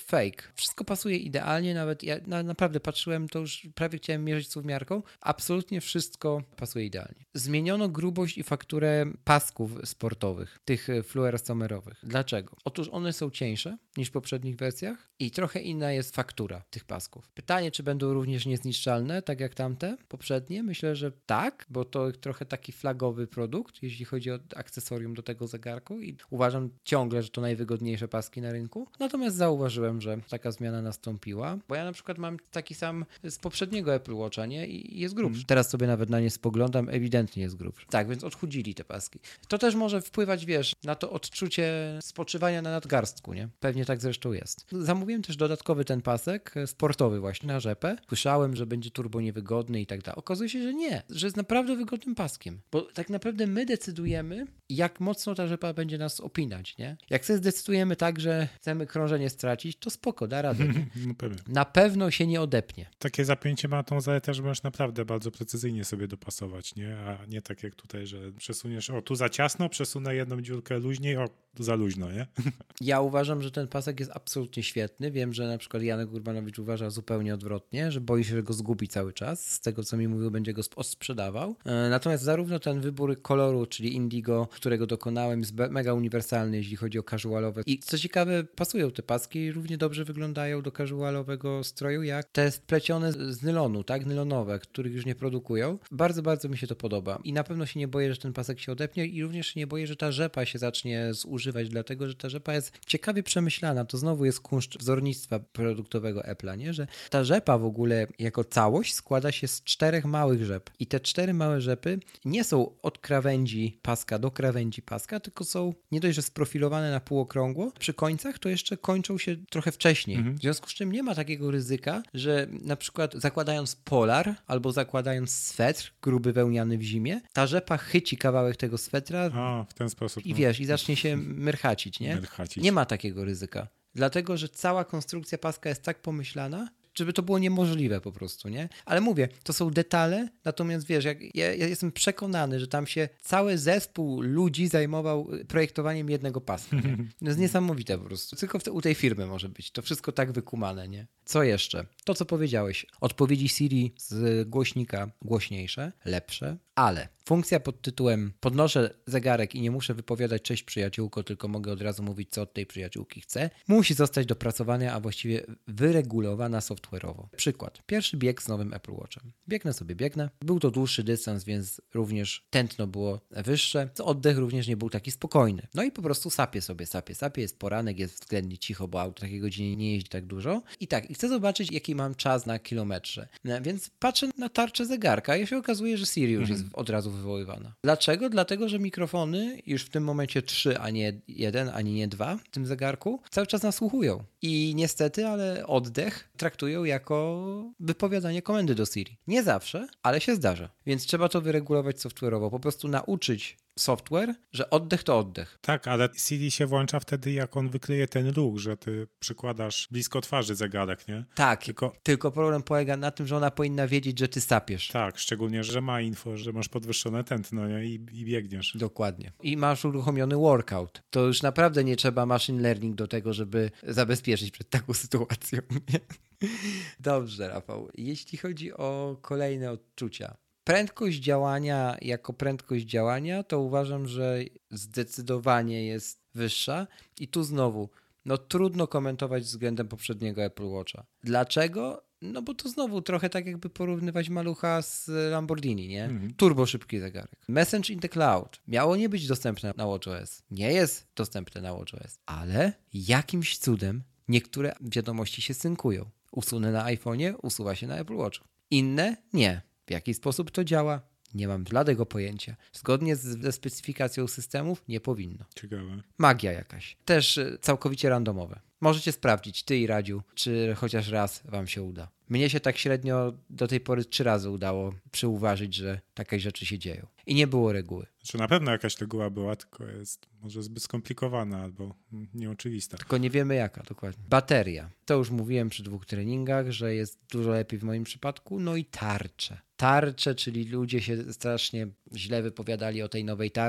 fake. Wszystko pasuje idealnie, nawet ja na, naprawdę patrzyłem, to już prawie chciałem mierzyć słowmiarką. Absolutnie wszystko pasuje idealnie. Zmieniono grubość i fakturę pasków sportowych, tych fluorosomerowych. Dlaczego? Otóż one są cieńsze niż w poprzednich wersjach i trochę inna jest faktura tych pasków. Pytanie, czy będą również niezniszczalne, tak jak tamte poprzednie? Myślę, że tak, bo to trochę taki flagowy produkt, jeśli chodzi o akcesorium do tego zegarku i uważam ciągle, że to najwygodniejsze paski na rynku. Natomiast zauważyłem, że taka zmiana nastąpiła, bo ja na przykład mam taki sam z poprzedniego Apple Watcha, nie? I jest grubszy. Mm. Teraz sobie nawet na nie spoglądam, ewidentnie jest grubszy. Tak, więc odchudzili te paski. To też może wpływać, wiesz, na to odczucie spoczywania na nadgarstku, nie? Pewnie tak zresztą jest. Zamówiłem też dodatkowy ten pasek, sportowy właśnie, na rzepę. Słyszałem, że będzie turbo niewygodny i tak dalej. Okazuje się, że nie, że jest naprawdę wygodnym paskiem, bo tak naprawdę my decydujemy, jak mocno ta rzepa będzie nas opinać, nie? Jak sobie zdecydujemy tak, że chcemy krążenie stracić, to spoko, da radę. No pewnie. Na pewno się nie odepnie. Takie zapięcie ma tą zaletę, że możesz naprawdę bardzo precyzyjnie sobie dopasować, nie? A nie tak jak tutaj, że przesuniesz, o tu za ciasno, przesunę jedną dziurkę luźniej, o tu za luźno, nie? Ja uważam, że ten pasek jest absolutnie świetny. Wiem, że na przykład Janek Urbanowicz uważa zupełnie odwrotnie, że boi się, że go zgubi cały czas. Z tego, co mi mówił, będzie go sprzedawał. Natomiast zarówno ten wybór koloru, czyli indigo, którego dokonałem, jest mega uniwersalny, jeśli chodzi o casualowe. I co ciekawe, pasują te paski i równie dobrze wyglądają do casualowego stroju, jak te splecione z nylonu, tak? Nylonowe, których już nie produkują. Bardzo, bardzo mi się to podoba. I na pewno się nie boję, że ten pasek się odepnie i również się nie boję, że ta rzepa się zacznie zużywać, dlatego, że ta rzepa jest ciekawie przemyślana. To znowu jest kunszt wzornictwa produktowego Apple'a, nie? Że ta rzepa w ogóle jako całość składa się z czterech małych rzep. I te cztery małe rzepy nie są od krawędzi paska do krawędzi paska, tylko są nie dość, że sprofilowane na półokrągło, przy końcach to jeszcze kończą się trochę wcześniej. Mhm. W związku z czym nie ma takiego ryzyka, że na przykład zakładając polar albo zakładając swetr gruby wełniany w zimie, ta rzepa chyci kawałek tego swetra. A, w ten sposób. I no. wiesz, i zacznie się myrchacić, nie? Myrchacić. Nie ma takiego ryzyka. Dlatego, że cała konstrukcja paska jest tak pomyślana, żeby to było niemożliwe po prostu, nie? Ale mówię, to są detale, natomiast wiesz, jak ja, ja jestem przekonany, że tam się cały zespół ludzi zajmował projektowaniem jednego paska, nie? To jest niesamowite po prostu. Tylko w te, u tej firmy może być. To wszystko tak wykumane, nie? Co jeszcze? To, co powiedziałeś. Odpowiedzi Siri z głośnika głośniejsze, lepsze, ale funkcja pod tytułem podnoszę zegarek i nie muszę wypowiadać cześć przyjaciółko, tylko mogę od razu mówić, co od tej przyjaciółki chcę, musi zostać dopracowana, a właściwie wyregulowana software'owo. Przykład. Pierwszy bieg z nowym Apple Watchem. Biegnę sobie, biegnę. Był to dłuższy dystans, więc również tętno było wyższe. Oddech również nie był taki spokojny. No i po prostu sapię sobie, sapię, sapię. Jest poranek, jest względnie cicho, bo auto takiej godzinie nie jeździ tak dużo. I tak, i chcę zobaczyć, jaki mam czas na kilometrze. No, więc patrzę na tarczę zegarka i się okazuje, że Siri już mhm. jest od razu wywoływana. Dlaczego? Dlatego, że mikrofony już w tym momencie trzy, a nie jeden, ani nie dwa w tym zegarku cały czas nasłuchują. I niestety, ale oddech traktują jako wypowiadanie komendy do Siri. Nie zawsze, ale się zdarza. Więc trzeba to wyregulować software'owo. Po prostu nauczyć software, że oddech to oddech. Tak, ale Siri się włącza wtedy, jak on wykryje ten ruch, że ty przykładasz blisko twarzy zegarek, nie? Tak, tylko... tylko problem polega na tym, że ona powinna wiedzieć, że ty sapiesz. Tak, szczególnie, że ma info, że masz podwyższone tętno, nie? I, i biegniesz. Dokładnie. I masz uruchomiony workout. To już naprawdę nie trzeba machine learning do tego, żeby zabezpieczyć przed taką sytuacją. Dobrze, Rafał. Jeśli chodzi o kolejne odczucia. Prędkość działania jako prędkość działania, to uważam, że zdecydowanie jest wyższa. I tu znowu, no trudno komentować względem poprzedniego Apple Watcha. Dlaczego? No bo to znowu trochę tak jakby porównywać malucha z Lamborghini, nie? Mhm. Turbo szybki zegarek. Message in the Cloud miało nie być dostępne na watchOS. Nie jest dostępne na watchOS. Ale jakimś cudem niektóre wiadomości się synkują. Usunę na iPhone'ie, usuwa się na Apple Watchu. Inne nie. W jaki sposób to działa? Nie mam bladego pojęcia. Zgodnie z, ze specyfikacją systemów nie powinno. Ciekawe. Magia jakaś. Też całkowicie randomowe. Możecie sprawdzić, ty i Radziu, czy chociaż raz wam się uda. Mnie się tak średnio do tej pory trzy razy udało przyuważyć, że takie rzeczy się dzieją. I nie było reguły. Znaczy na pewno jakaś reguła była, tylko jest może zbyt skomplikowana albo nieoczywista. Tylko nie wiemy jaka dokładnie. Bateria. To już mówiłem przy dwóch treningach, że jest dużo lepiej w moim przypadku. No i tarcze. Tarcze, czyli ludzie się strasznie źle wypowiadali o tej nowej tarczy,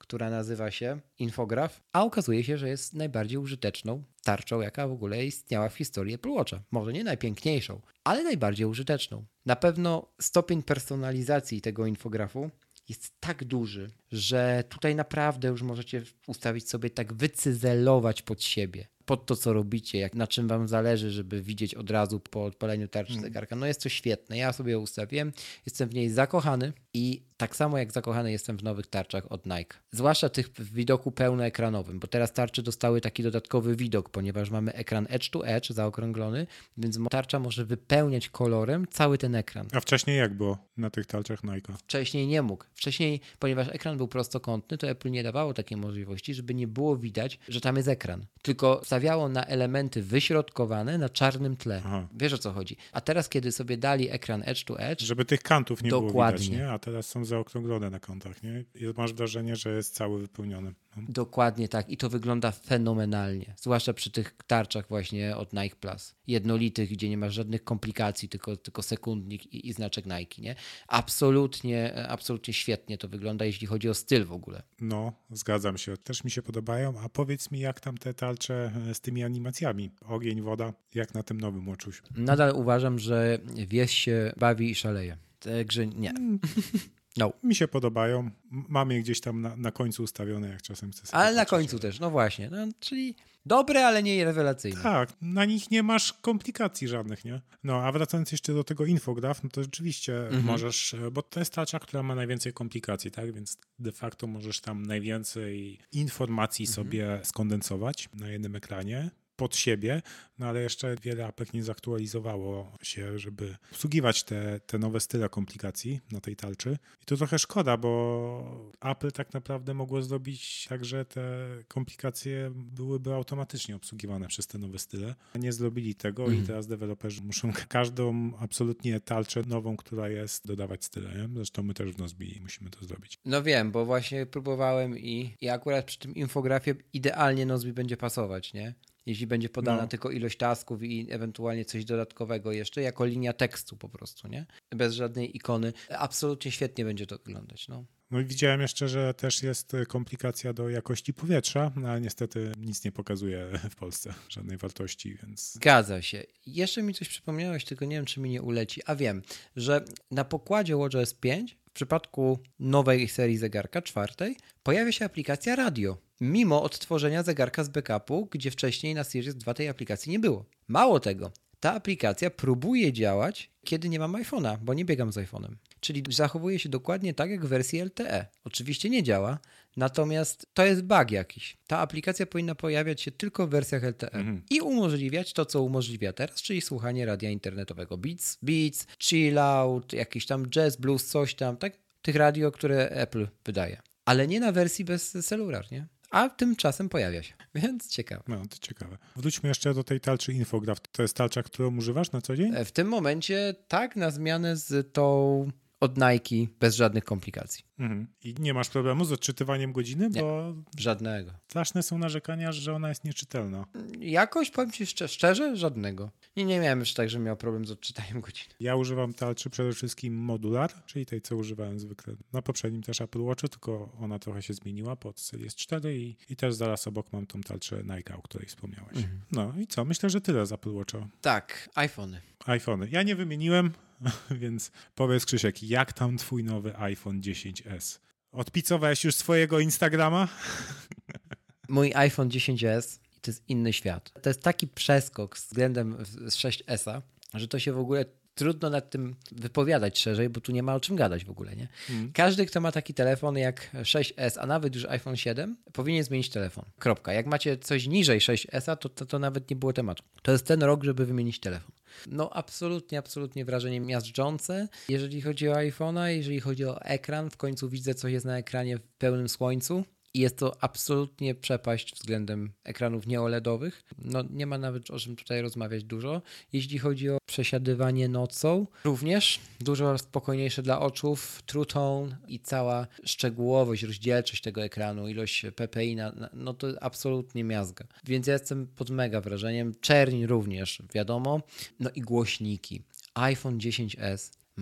która nazywa się Infograph, a okazuje się, że jest najbardziej użyteczną tarczą, jaka w ogóle istniała w historii Apple Watcha. Może nie najpiękniejszą, ale najbardziej użyteczną. Na pewno stopień personalizacji tego infografu jest tak duży, że tutaj naprawdę już możecie ustawić sobie tak wycyzelować pod siebie, pod to, co robicie, jak, na czym wam zależy, żeby widzieć od razu po odpaleniu tarczy hmm. zegarka. No jest to świetne. Ja sobie ją ustawiłem, jestem w niej zakochany i tak samo jak zakochany jestem w nowych tarczach od Nike. Zwłaszcza tych w widoku pełnoekranowym, bo teraz tarcze dostały taki dodatkowy widok, ponieważ mamy ekran edge to edge zaokrąglony, więc tarcza może wypełniać kolorem cały ten ekran. A wcześniej jak było na tych tarczach Nike? Wcześniej nie mógł. Wcześniej, ponieważ ekran był prostokątny, to Apple nie dawało takiej możliwości, żeby nie było widać, że tam jest ekran. Tylko stawiało na elementy wyśrodkowane na czarnym tle. Aha. Wiesz, o co chodzi. A teraz, kiedy sobie dali ekran edge to edge... Żeby tych kantów nie dokładnie. było widać, nie? A teraz są zaokrąglone na kątach, nie? I masz wrażenie, że jest cały wypełniony. No. Dokładnie tak. I to wygląda fenomenalnie. Zwłaszcza przy tych tarczach właśnie od Nike Plus. Jednolitych, gdzie nie masz żadnych komplikacji, tylko, tylko sekundnik i, i znaczek Nike, nie? Absolutnie, absolutnie świetnie to wygląda, jeśli chodzi o styl w ogóle. No, zgadzam się. Też mi się podobają. A powiedz mi, jak tam te tarcze z tymi animacjami? Ogień, woda, jak na tym nowym Watchusiu? Nadal uważam, że wieś się bawi i szaleje. Także nie. No. Mi się podobają. Mam je gdzieś tam na, na końcu ustawione, jak czasem chcę sobie Ale na patrzeć. końcu też, no właśnie. No, czyli dobre, ale nie rewelacyjne. Tak, na nich nie masz komplikacji żadnych, nie? No, a wracając jeszcze do tego infograf, no to rzeczywiście mhm. możesz, bo to jest tarcza, która ma najwięcej komplikacji, tak? Więc de facto możesz tam najwięcej informacji mhm. sobie skondensować na jednym ekranie. Pod siebie, no ale jeszcze wiele apek nie zaktualizowało się, żeby obsługiwać te, te nowe style komplikacji na tej tarczy. I to trochę szkoda, bo Apple tak naprawdę mogło zrobić tak, że te komplikacje byłyby automatycznie obsługiwane przez te nowe style. Nie zrobili tego mm. i teraz deweloperzy muszą każdą absolutnie tarczę nową, która jest, dodawać style. Nie? Zresztą my też w Nozbi musimy to zrobić. No wiem, bo właśnie próbowałem i, i akurat przy tym infografie idealnie Nozbi będzie pasować, nie? Jeśli będzie podana no. tylko ilość tasków i ewentualnie coś dodatkowego jeszcze, jako linia tekstu po prostu, nie? Bez żadnej ikony. Absolutnie świetnie będzie to wyglądać, no. No i widziałem jeszcze, że też jest komplikacja do jakości powietrza, no ale niestety nic nie pokazuje w Polsce, żadnej wartości, więc... Zgadza się. Jeszcze mi coś przypomniałeś, tylko nie wiem, czy mi nie uleci. A wiem, że na pokładzie WatchOS pięć w przypadku nowej serii zegarka, czwartej, pojawia się aplikacja radio. Mimo odtworzenia zegarka z backupu, gdzie wcześniej na Series dwa tej aplikacji nie było. Mało tego, ta aplikacja próbuje działać, kiedy nie mam iPhone'a, bo nie biegam z iPhone'em. Czyli zachowuje się dokładnie tak jak w wersji L T E. Oczywiście nie działa, natomiast to jest bug jakiś. Ta aplikacja powinna pojawiać się tylko w wersjach L T E mhm. i umożliwiać to, co umożliwia teraz, czyli słuchanie radia internetowego. Beats, Beats, Chill Out, jakiś tam jazz, blues, coś tam, tak? Tych radio, które Apple wydaje. Ale nie na wersji bez celular, nie? A tymczasem pojawia się, więc ciekawe. No, to ciekawe. Wróćmy jeszcze do tej tarczy Infograph. To jest tarcza, którą używasz na co dzień? W tym momencie tak, na zmianę z tą od Nike bez żadnych komplikacji. Mhm. I nie masz problemu z odczytywaniem godziny? Nie, bo żadnego. Straszne są narzekania, że ona jest nieczytelna. Jakoś, powiem ci szczerze, szczerze żadnego. Nie, nie miałem już tak, że miał problem z odczytaniem godziny. Ja używam tarczy przede wszystkim modular, czyli tej, co używałem zwykle na poprzednim też Apple Watchu, tylko ona trochę się zmieniła pod Series cztery i, i też zaraz obok mam tą tarczę Nike, o której wspomniałeś. Mhm. No i co? Myślę, że tyle z Apple Watcha. Tak, iPhony. iPhony. Ja nie wymieniłem, więc powiedz, Krzysiek, jak tam twój nowy iPhone dziesięć S? Odpicowałeś już swojego Instagrama? Mój iPhone dziesięć S to jest inny świat. To jest taki przeskok względem sześć S, że to się w ogóle trudno nad tym wypowiadać szerzej, bo tu nie ma o czym gadać w ogóle, nie? Hmm. Każdy, kto ma taki telefon jak sześć S, a nawet już iPhone siedem, powinien zmienić telefon. Kropka. Jak macie coś niżej sześć S, to, to, to nawet nie było tematu. To jest ten rok, żeby wymienić telefon. No absolutnie, absolutnie wrażenie miażdżące. Jeżeli chodzi o iPhone'a, jeżeli chodzi o ekran, w końcu widzę, co jest na ekranie w pełnym słońcu. I jest to absolutnie przepaść względem ekranów nie-OLEDowych. No nie ma nawet o czym tutaj rozmawiać dużo. Jeśli chodzi o przesiadywanie nocą, również dużo spokojniejsze dla oczów, True Tone i cała szczegółowość, rozdzielczość tego ekranu, ilość P P I, na, no to absolutnie miazga. Więc ja jestem pod mega wrażeniem. Czerń również, wiadomo. No i głośniki. iPhone dziesięć S ma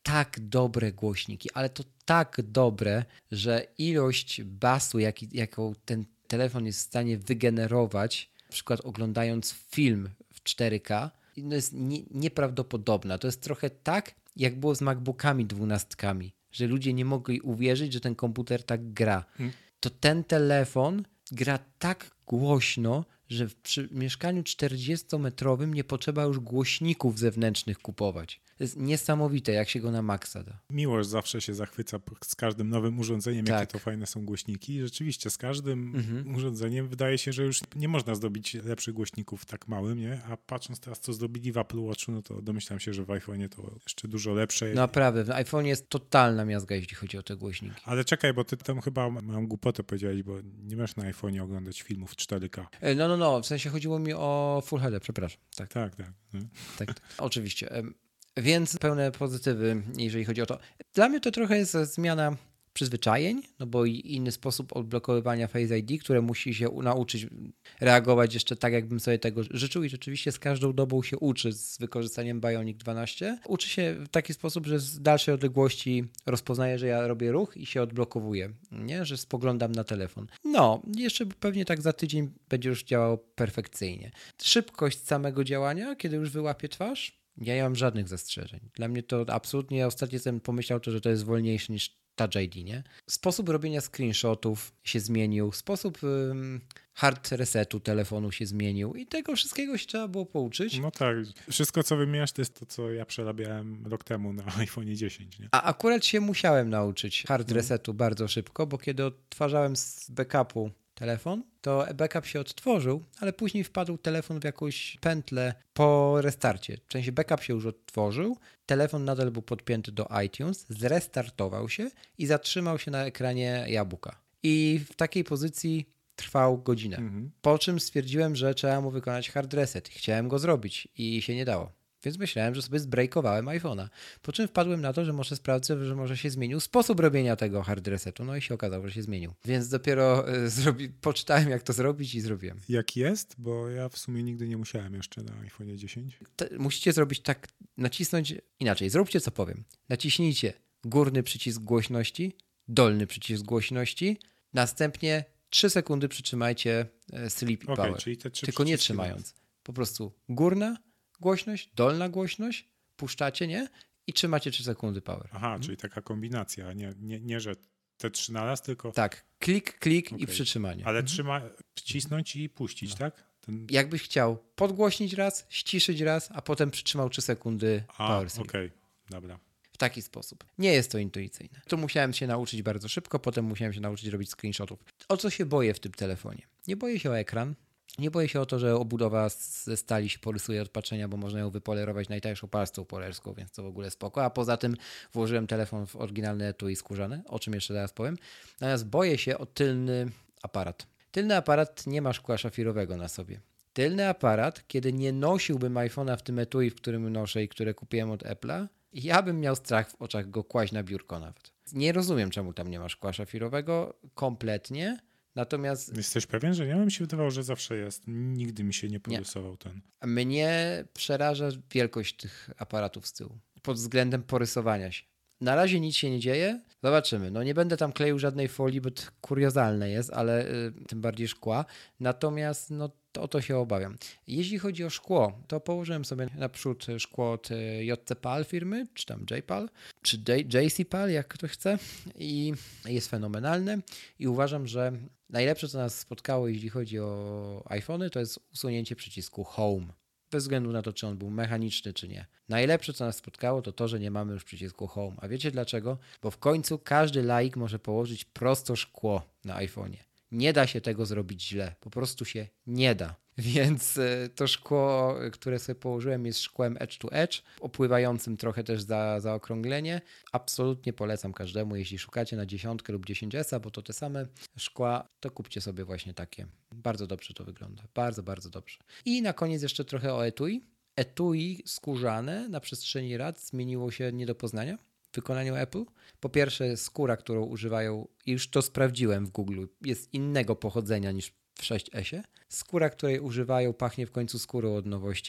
tak dobre głośniki, ale to tak dobre, że ilość basu, jak, jaką ten telefon jest w stanie wygenerować, na przykład oglądając film w cztery K, no jest nie, nieprawdopodobna. To jest trochę tak, jak było z MacBookami dwunastkami, że ludzie nie mogli uwierzyć, że ten komputer tak gra. Hmm. To ten telefon gra tak głośno, że przy mieszkaniu czterdziestometrowym nie potrzeba już głośników zewnętrznych kupować. To jest niesamowite, jak się go na maksa da. Miłość zawsze się zachwyca z każdym nowym urządzeniem, tak. jakie to fajne są głośniki. I rzeczywiście z każdym mhm. urządzeniem wydaje się, że już nie można zdobyć lepszych głośników w tak małym, nie? A patrząc teraz, co zrobili w Apple Watchu, no to domyślam się, że w iPhone'ie to jeszcze dużo lepsze. Naprawdę, w iPhone'ie jest totalna miazga, jeśli chodzi o te głośniki. Ale czekaj, bo ty tam chyba mam głupotę powiedziałeś, bo nie masz na iPhone'ie oglądać filmów w cztery K. No, no, no, w sensie chodziło mi o Full H D, przepraszam. Tak, tak. tak, tak, tak. Oczywiście. Więc pełne pozytywy, jeżeli chodzi o to. Dla mnie to trochę jest zmiana przyzwyczajeń, no bo i inny sposób odblokowywania Face I D, które musi się nauczyć reagować jeszcze tak, jakbym sobie tego życzył i rzeczywiście z każdą dobą się uczy z wykorzystaniem Bionic dwanaście. Uczy się w taki sposób, że z dalszej odległości rozpoznaje, że ja robię ruch i się odblokowuje, nie? Że spoglądam na telefon. No, jeszcze pewnie tak za tydzień będzie już działało perfekcyjnie. Szybkość samego działania, kiedy już wyłapie twarz, ja nie mam żadnych zastrzeżeń. Dla mnie to absolutnie, ostatnio sobie pomyślał to, że to jest wolniejsze niż Touch I D, nie? Sposób robienia screenshotów się zmienił, sposób ym, hard resetu telefonu się zmienił i tego wszystkiego się trzeba było pouczyć. No tak, wszystko co wymieniasz to jest to, co ja przerabiałem rok temu na iPhone dziesięć, nie? A akurat się musiałem nauczyć hard resetu no. bardzo szybko, bo kiedy odtwarzałem z backupu telefon, to backup się odtworzył, ale później wpadł telefon w jakąś pętlę po restarcie. W sensie backup się już odtworzył, telefon nadal był podpięty do iTunes, zrestartował się i zatrzymał się na ekranie jabłka. I w takiej pozycji trwał godzinę. Mhm. Po czym stwierdziłem, że trzeba mu wykonać hard reset. Chciałem go zrobić i się nie dało. Więc myślałem, że sobie zbrejkowałem iPhone'a. Po czym wpadłem na to, że może sprawdzę, że może się zmienił sposób robienia tego hard resetu. No i się okazało, że się zmienił. Więc dopiero y, zrobi- poczytałem, jak to zrobić i zrobiłem. Jak jest? Bo ja w sumie nigdy nie musiałem jeszcze na iPhone dziesięć. Te, musicie zrobić tak, nacisnąć inaczej. Zróbcie, co powiem. Naciśnijcie górny przycisk głośności, dolny przycisk głośności, następnie trzy sekundy przytrzymajcie y, sleep i okay, power. Czyli te trzy Tylko nie trzymając. Po prostu górna głośność, dolna głośność, puszczacie, nie? I trzymacie trzy sekundy power. Aha, hmm. czyli taka kombinacja, nie, nie, nie że te trzy naraz, tylko... Tak, klik, klik okay. i przytrzymanie. Ale mhm. trzyma, wcisnąć i puścić, no. tak? Ten... Jakbyś chciał podgłośnić raz, ściszyć raz, a potem przytrzymał trzy sekundy a, power sleep. okej, okay. dobra. W taki sposób. Nie jest to intuicyjne. To musiałem się nauczyć bardzo szybko, potem musiałem się nauczyć robić screenshotów. O co się boję w tym telefonie? Nie boję się o ekran. Nie boję się o to, że obudowa ze stali się porysuje od patrzenia, bo można ją wypolerować najtańszą pastą polerską, więc to w ogóle spoko. A poza tym włożyłem telefon w oryginalne etui skórzane, o czym jeszcze zaraz powiem. Natomiast boję się o tylny aparat. Tylny aparat nie ma szkła szafirowego na sobie. Tylny aparat, kiedy nie nosiłbym iPhone'a w tym etui, w którym noszę i które kupiłem od Apple'a, ja bym miał strach w oczach go kłaść na biurko nawet. Nie rozumiem, czemu tam nie ma szkła szafirowego kompletnie. Natomiast... Jesteś pewien, że nie? Mi się wydawało, że zawsze jest. Nigdy mi się nie porysował nie. ten. Mnie przeraża wielkość tych aparatów z tyłu. Pod względem porysowania się. Na razie nic się nie dzieje. Zobaczymy. No nie będę tam kleił żadnej folii, bo to kuriozalne jest, ale y, tym bardziej szkła. Natomiast no to o to się obawiam. Jeśli chodzi o szkło, to położyłem sobie naprzód szkło od J C P A L firmy, czy tam J P A L, czy J C P A L, jak ktoś chce. I jest fenomenalne. I uważam, że najlepsze, co nas spotkało, jeśli chodzi o iPhony, to jest usunięcie przycisku Home. Bez względu na to, czy on był mechaniczny, czy nie. Najlepsze, co nas spotkało, to to, że nie mamy już przycisku Home. A wiecie dlaczego? Bo w końcu każdy laik może położyć prosto szkło na iPhonie. Nie da się tego zrobić źle. Po prostu się nie da. Więc to szkło, które sobie położyłem, jest szkłem edge to edge, opływającym trochę też za zaokrąglenie. Absolutnie polecam każdemu, jeśli szukacie na dziesiątkę lub dziesięć S, bo to te same szkła, to kupcie sobie właśnie takie. Bardzo dobrze to wygląda. Bardzo, bardzo dobrze. I na koniec jeszcze trochę o etui. Etui skórzane na przestrzeni lat zmieniło się nie do poznania w wykonaniu Apple. Po pierwsze, skóra, którą używają, i już to sprawdziłem w Google, jest innego pochodzenia niż w sześć S. Skóra, której używają, pachnie w końcu skórą od nowości.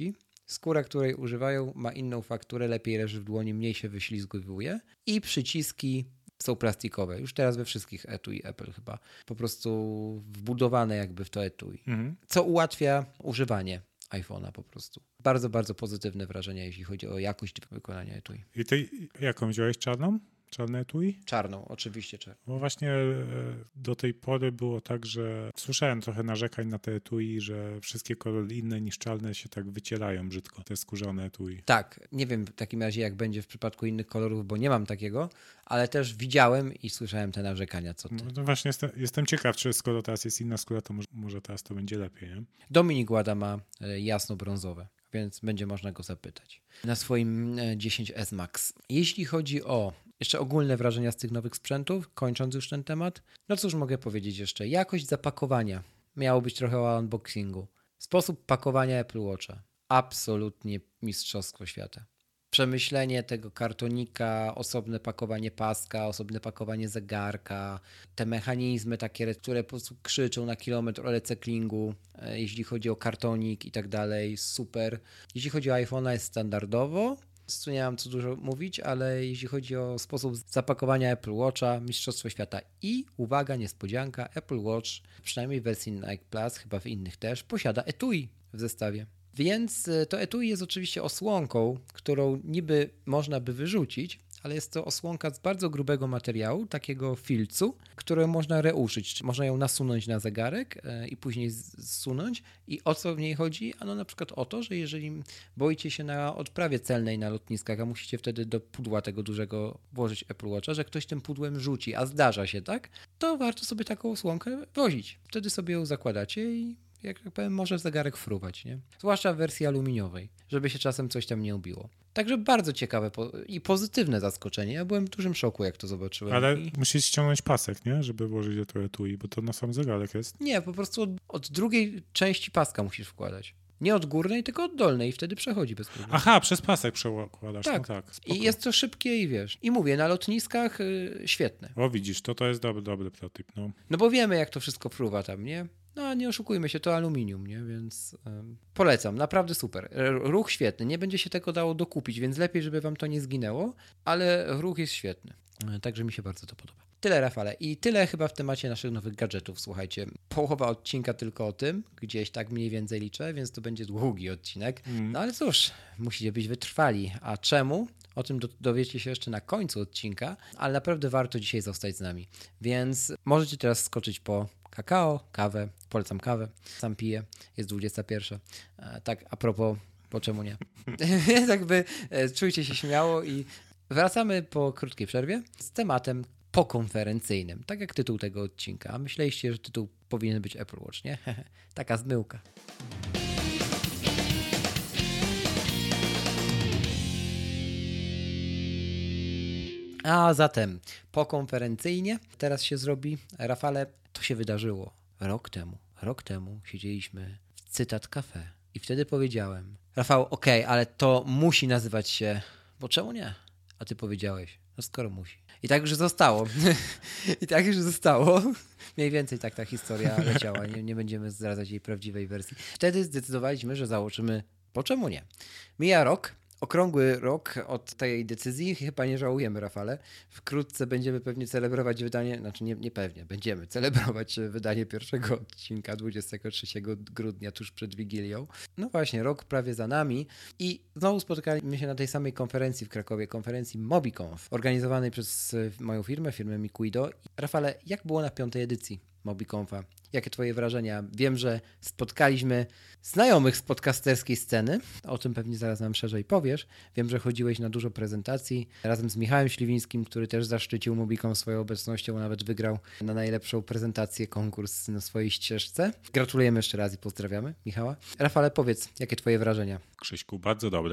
Skóra, której używają, ma inną fakturę, lepiej leży w dłoni, mniej się wyślizguje. I przyciski są plastikowe. Już teraz we wszystkich etui Apple chyba. Po prostu wbudowane jakby w to etui. Mhm. Co ułatwia używanie iPhone'a po prostu. Bardzo, bardzo pozytywne wrażenia, jeśli chodzi o jakość wykonania etui. I ty jaką wziąłeś, czarną? Czarne etui? Czarną, oczywiście czarną. Bo właśnie do tej pory było tak, że słyszałem trochę narzekań na te etui, że wszystkie kolory inne niż czarne się tak wycierają brzydko, te skórzane etui. Tak, nie wiem w takim razie jak będzie w przypadku innych kolorów, bo nie mam takiego, ale też widziałem i słyszałem te narzekania, co ty. No właśnie jestem, jestem ciekaw, czy skoro teraz jest inna skóra, to może, może teraz to będzie lepiej, nie? Dominik Łada ma jasno-brązowe, więc będzie można go zapytać. Na swoim dziesięć S Max. Jeśli chodzi o jeszcze ogólne wrażenia z tych nowych sprzętów, kończąc już ten temat, no cóż mogę powiedzieć jeszcze? Jakość zapakowania. Miało być trochę o unboxingu. Sposób pakowania Apple Watcha. Absolutnie mistrzostwo świata. Przemyślenie tego kartonika, osobne pakowanie paska, osobne pakowanie zegarka, te mechanizmy takie, które po prostu krzyczą na kilometr o recyklingu, jeśli chodzi o kartonik i tak dalej, super. Jeśli chodzi o iPhone'a jest standardowo, tu nie mam co dużo mówić, ale jeśli chodzi o sposób zapakowania Apple Watcha, mistrzostwo świata i uwaga, niespodzianka, Apple Watch, przynajmniej w wersji Nike Plus, chyba w innych też, posiada etui w zestawie. Więc to etui jest oczywiście osłonką, którą niby można by wyrzucić, ale jest to osłonka z bardzo grubego materiału, takiego filcu, które można reuszyć. Można ją nasunąć na zegarek i później zsunąć. I o co w niej chodzi? Ano na przykład o to, że jeżeli boicie się na odprawie celnej na lotniskach, a musicie wtedy do pudła tego dużego włożyć Apple Watcha, że ktoś tym pudłem rzuci, a zdarza się, tak? To warto sobie taką osłonkę wozić. Wtedy sobie ją zakładacie i jak tak powiem, może zegarek fruwać, nie? Zwłaszcza w wersji aluminiowej, żeby się czasem coś tam nie ubiło. Także bardzo ciekawe po- i pozytywne zaskoczenie. Ja byłem w dużym szoku, jak to zobaczyłem. Ale I... musisz ściągnąć pasek, nie? Żeby włożyć do to etui, bo to na sam zegarek jest. Nie, po prostu od, od drugiej części paska musisz wkładać. Nie od górnej, tylko od dolnej i wtedy przechodzi bez problemu. Aha, przez pasek przekładasz. Tak, no tak. I jest to szybkie i wiesz. I mówię, na lotniskach yy, świetne. O widzisz, to to jest dobry, dobry prototyp. No. no bo wiemy, jak to wszystko fruwa tam, nie? No nie oszukujmy się, to aluminium, nie? Więc um, polecam, naprawdę super. Ruch świetny, nie będzie się tego dało dokupić, więc lepiej, żeby wam to nie zginęło, ale ruch jest świetny. Także mi się bardzo to podoba. Tyle, Rafale. I tyle chyba w temacie naszych nowych gadżetów, słuchajcie. Połowa odcinka tylko o tym, gdzieś tak mniej więcej liczę, więc to będzie długi odcinek. Mm. No ale cóż, musicie być wytrwali. A czemu? O tym do, dowiecie się jeszcze na końcu odcinka, ale naprawdę warto dzisiaj zostać z nami. Więc możecie teraz skoczyć po kakao, kawę, polecam kawę, sam piję, jest dwudziesta pierwsza. E, tak a propos, po czemu nie? Więc jakby e, czujcie się śmiało i wracamy po krótkiej przerwie z tematem pokonferencyjnym, tak jak tytuł tego odcinka. A myśleliście, że tytuł powinien być Apple Watch, nie? Taka zmyłka. A zatem pokonferencyjnie teraz się zrobi. Rafale, to się wydarzyło rok temu. Rok temu siedzieliśmy w Cytat Cafe i wtedy powiedziałem: Rafał, okej, okay, ale to musi nazywać się, bo czemu nie? A ty powiedziałeś: no skoro musi. I tak już zostało. I tak już zostało. Mniej więcej tak ta historia leciała. Nie, nie będziemy zdradzać jej prawdziwej wersji. Wtedy zdecydowaliśmy, że założymy, bo czemu nie? Mija rok. Okrągły rok od tej decyzji. Chyba nie żałujemy, Rafale. Wkrótce będziemy pewnie celebrować wydanie, znaczy nie, nie pewnie, będziemy celebrować wydanie pierwszego odcinka dwudziestego trzeciego grudnia, tuż przed Wigilią. No właśnie, rok prawie za nami i znowu spotkaliśmy się na tej samej konferencji w Krakowie, konferencji MobiConf, organizowanej przez moją firmę, firmę Mikuido. Rafale, jak było na piątej edycji MobiConfa? Jakie twoje wrażenia? Wiem, że spotkaliśmy znajomych z podcasterskiej sceny. O tym pewnie zaraz nam szerzej powiesz. Wiem, że chodziłeś na dużo prezentacji razem z Michałem Śliwińskim, który też zaszczycił MobiConf swoją obecnością, nawet wygrał na najlepszą prezentację konkurs na swojej ścieżce. Gratulujemy jeszcze raz i pozdrawiamy Michała. Rafale, powiedz, jakie twoje wrażenia? Krzyśku, bardzo dobre.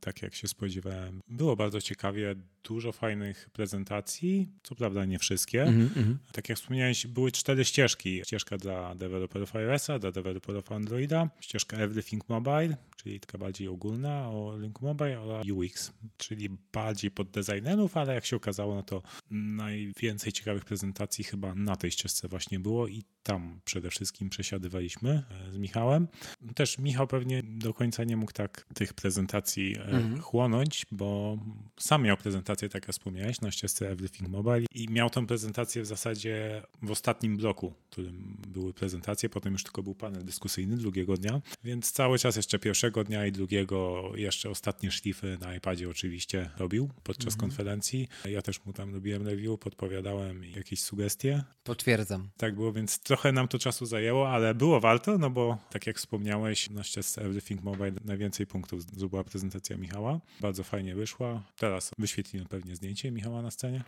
tak jak się spodziewałem. Było bardzo ciekawie, dużo fajnych prezentacji, co prawda nie wszystkie. Mm-hmm. Tak jak wspomniałeś, były cztery ścieżki. Ścieżka dla deweloperów iOS-a, dla deweloperów Androida, ścieżka Everything Mobile, czyli taka bardziej ogólna o rynku mobile, oraz U X, czyli bardziej pod designerów, ale jak się okazało, no to najwięcej ciekawych prezentacji chyba na tej ścieżce właśnie było i tam przede wszystkim przesiadywaliśmy z Michałem. Też Michał pewnie do końca nie mógł tak tych prezentacji mm-hmm. chłonąć, bo sam miał prezentację, tak jak wspomniałeś, na ścieżce Everything Mobile i miał tę prezentację w zasadzie w ostatnim bloku, w którym były prezentacje, potem już tylko był panel dyskusyjny drugiego dnia, więc cały czas jeszcze pierwszego dnia i drugiego jeszcze ostatnie szlify na iPadzie oczywiście robił podczas mm-hmm. konferencji. Ja też mu tam robiłem review, podpowiadałem jakieś sugestie. Potwierdzam. Tak było, więc trochę nam to czasu zajęło, ale było warto, no bo tak jak wspomniałeś, na ścieżce Everything Mobile najwięcej punktów zdobyła prezentacja Michała. Bardzo fajnie wyszła. Teraz wyświetlimy pewnie zdjęcie Michała na scenie.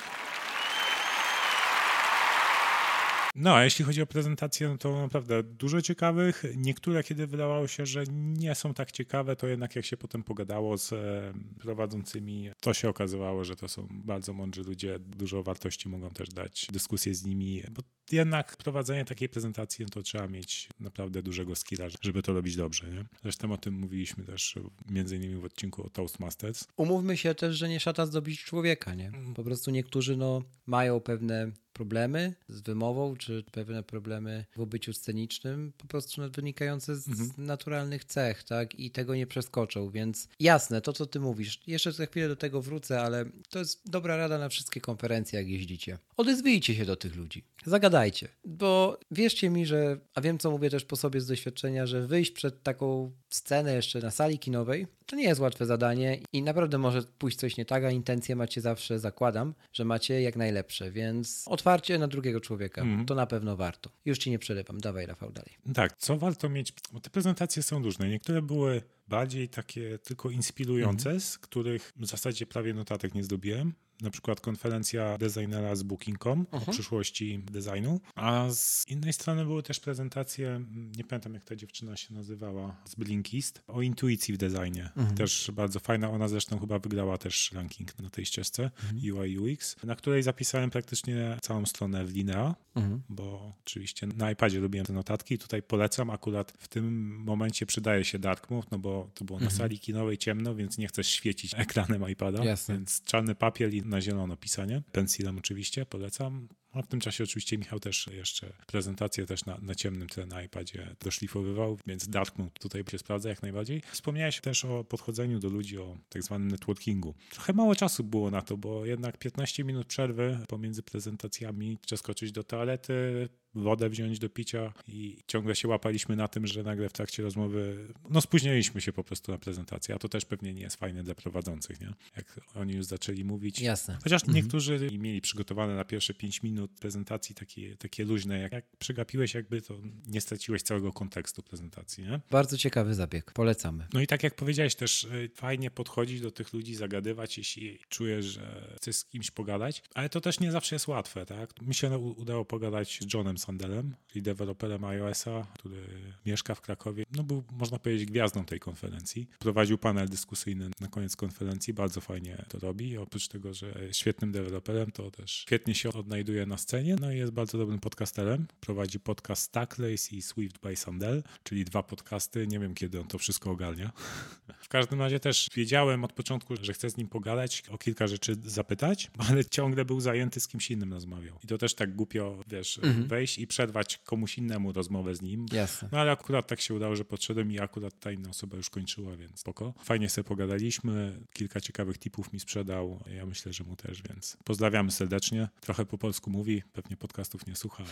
No, a jeśli chodzi o prezentację, no to naprawdę dużo ciekawych. Niektóre, kiedy wydawało się, że nie są tak ciekawe, to jednak jak się potem pogadało z prowadzącymi, to się okazywało, że to są bardzo mądrzy ludzie, dużo wartości mogą też dać, dyskusje z nimi, bo jednak prowadzenie takiej prezentacji, no to trzeba mieć naprawdę dużego skilla, żeby to robić dobrze, nie? Zresztą o tym mówiliśmy też między innymi w odcinku o Toastmasters. Umówmy się też, że nie szata zdobić człowieka, nie? Po prostu niektórzy no, mają pewne problemy z wymową, czy pewne problemy w obyciu scenicznym, po prostu wynikające z mhm. naturalnych cech, tak? I tego nie przeskoczą, więc jasne, to co ty mówisz, jeszcze za chwilę do tego wrócę, ale to jest dobra rada na wszystkie konferencje, jak jeździcie. Odezwijcie się do tych ludzi, zagadajcie, bo wierzcie mi, że, a wiem co mówię też po sobie z doświadczenia, że wyjść przed taką scenę jeszcze na sali kinowej, to nie jest łatwe zadanie i naprawdę może pójść coś nie tak, a intencje macie zawsze, zakładam, że macie jak najlepsze, więc otwarcie na drugiego człowieka, mm. to na pewno warto. Już ci nie przerywam, dawaj Rafał dalej. Tak, co warto mieć, bo te prezentacje są różne, niektóre były bardziej takie tylko inspirujące, mm. z których w zasadzie prawie notatek nie zdobiłem. Na przykład konferencja designera z Booking kropka com uh-huh. o przyszłości designu, a z innej strony były też prezentacje, nie pamiętam jak ta dziewczyna się nazywała, z Blinkist, o intuicji w designie. Uh-huh. Też bardzo fajna, ona zresztą chyba wygrała też ranking na tej ścieżce uh-huh. U I U X, na której zapisałem praktycznie całą stronę w Linea, uh-huh. bo oczywiście na iPadzie lubiłem te notatki i tutaj polecam, akurat w tym momencie przydaje się Dark Mode, no bo to było uh-huh. na sali kinowej ciemno, więc nie chcesz świecić ekranem iPada, Jasne. Więc czarny papier i na zielono pisanie. Pensilem oczywiście polecam. A w tym czasie oczywiście Michał też jeszcze prezentację też na, na ciemnym tle na iPadzie doszlifowywał, więc Dark Mode tutaj się sprawdza jak najbardziej. Wspomniałeś też o podchodzeniu do ludzi, o tak zwanym networkingu. Trochę mało czasu było na to, bo jednak piętnaście minut przerwy pomiędzy prezentacjami, przeskoczyć do toalety, wodę wziąć do picia i ciągle się łapaliśmy na tym, że nagle w trakcie rozmowy, no spóźniliśmy się po prostu na prezentację, a to też pewnie nie jest fajne dla prowadzących, nie? Jak oni już zaczęli mówić. Jasne. Chociaż mhm. niektórzy mieli przygotowane na pierwsze pięć minut prezentacji takie, takie luźne, jak, jak przegapiłeś jakby, to nie straciłeś całego kontekstu prezentacji, nie? Bardzo ciekawy zabieg, polecamy. No i tak jak powiedziałeś też, fajnie podchodzić do tych ludzi, zagadywać, jeśli czujesz, że chcesz z kimś pogadać, ale to też nie zawsze jest łatwe, tak? Mi się udało pogadać z Johnem Sandelem, czyli deweloperem iOS-a, który mieszka w Krakowie. No był, można powiedzieć, gwiazdą tej konferencji. Prowadził panel dyskusyjny na koniec konferencji, bardzo fajnie to robi. Oprócz tego, że jest świetnym deweloperem, to też świetnie się odnajduje na scenie, no i jest bardzo dobrym podcasterem. Prowadzi podcast Stacklace i Swift by Sandel, czyli dwa podcasty. Nie wiem, kiedy on to wszystko ogarnia. W każdym razie też wiedziałem od początku, że chcę z nim pogadać, o kilka rzeczy zapytać, ale ciągle był zajęty, z kimś innym rozmawiał. I to też tak głupio, wiesz, mhm. wejść i przerwać komuś innemu rozmowę z nim. Jasne. No ale akurat tak się udało, że podszedłem i akurat ta inna osoba już kończyła, więc spoko. Fajnie sobie pogadaliśmy, kilka ciekawych tipów mi sprzedał, ja myślę, że mu też, więc pozdrawiamy serdecznie. Trochę po polsku mówi, pewnie podcastów nie słucha.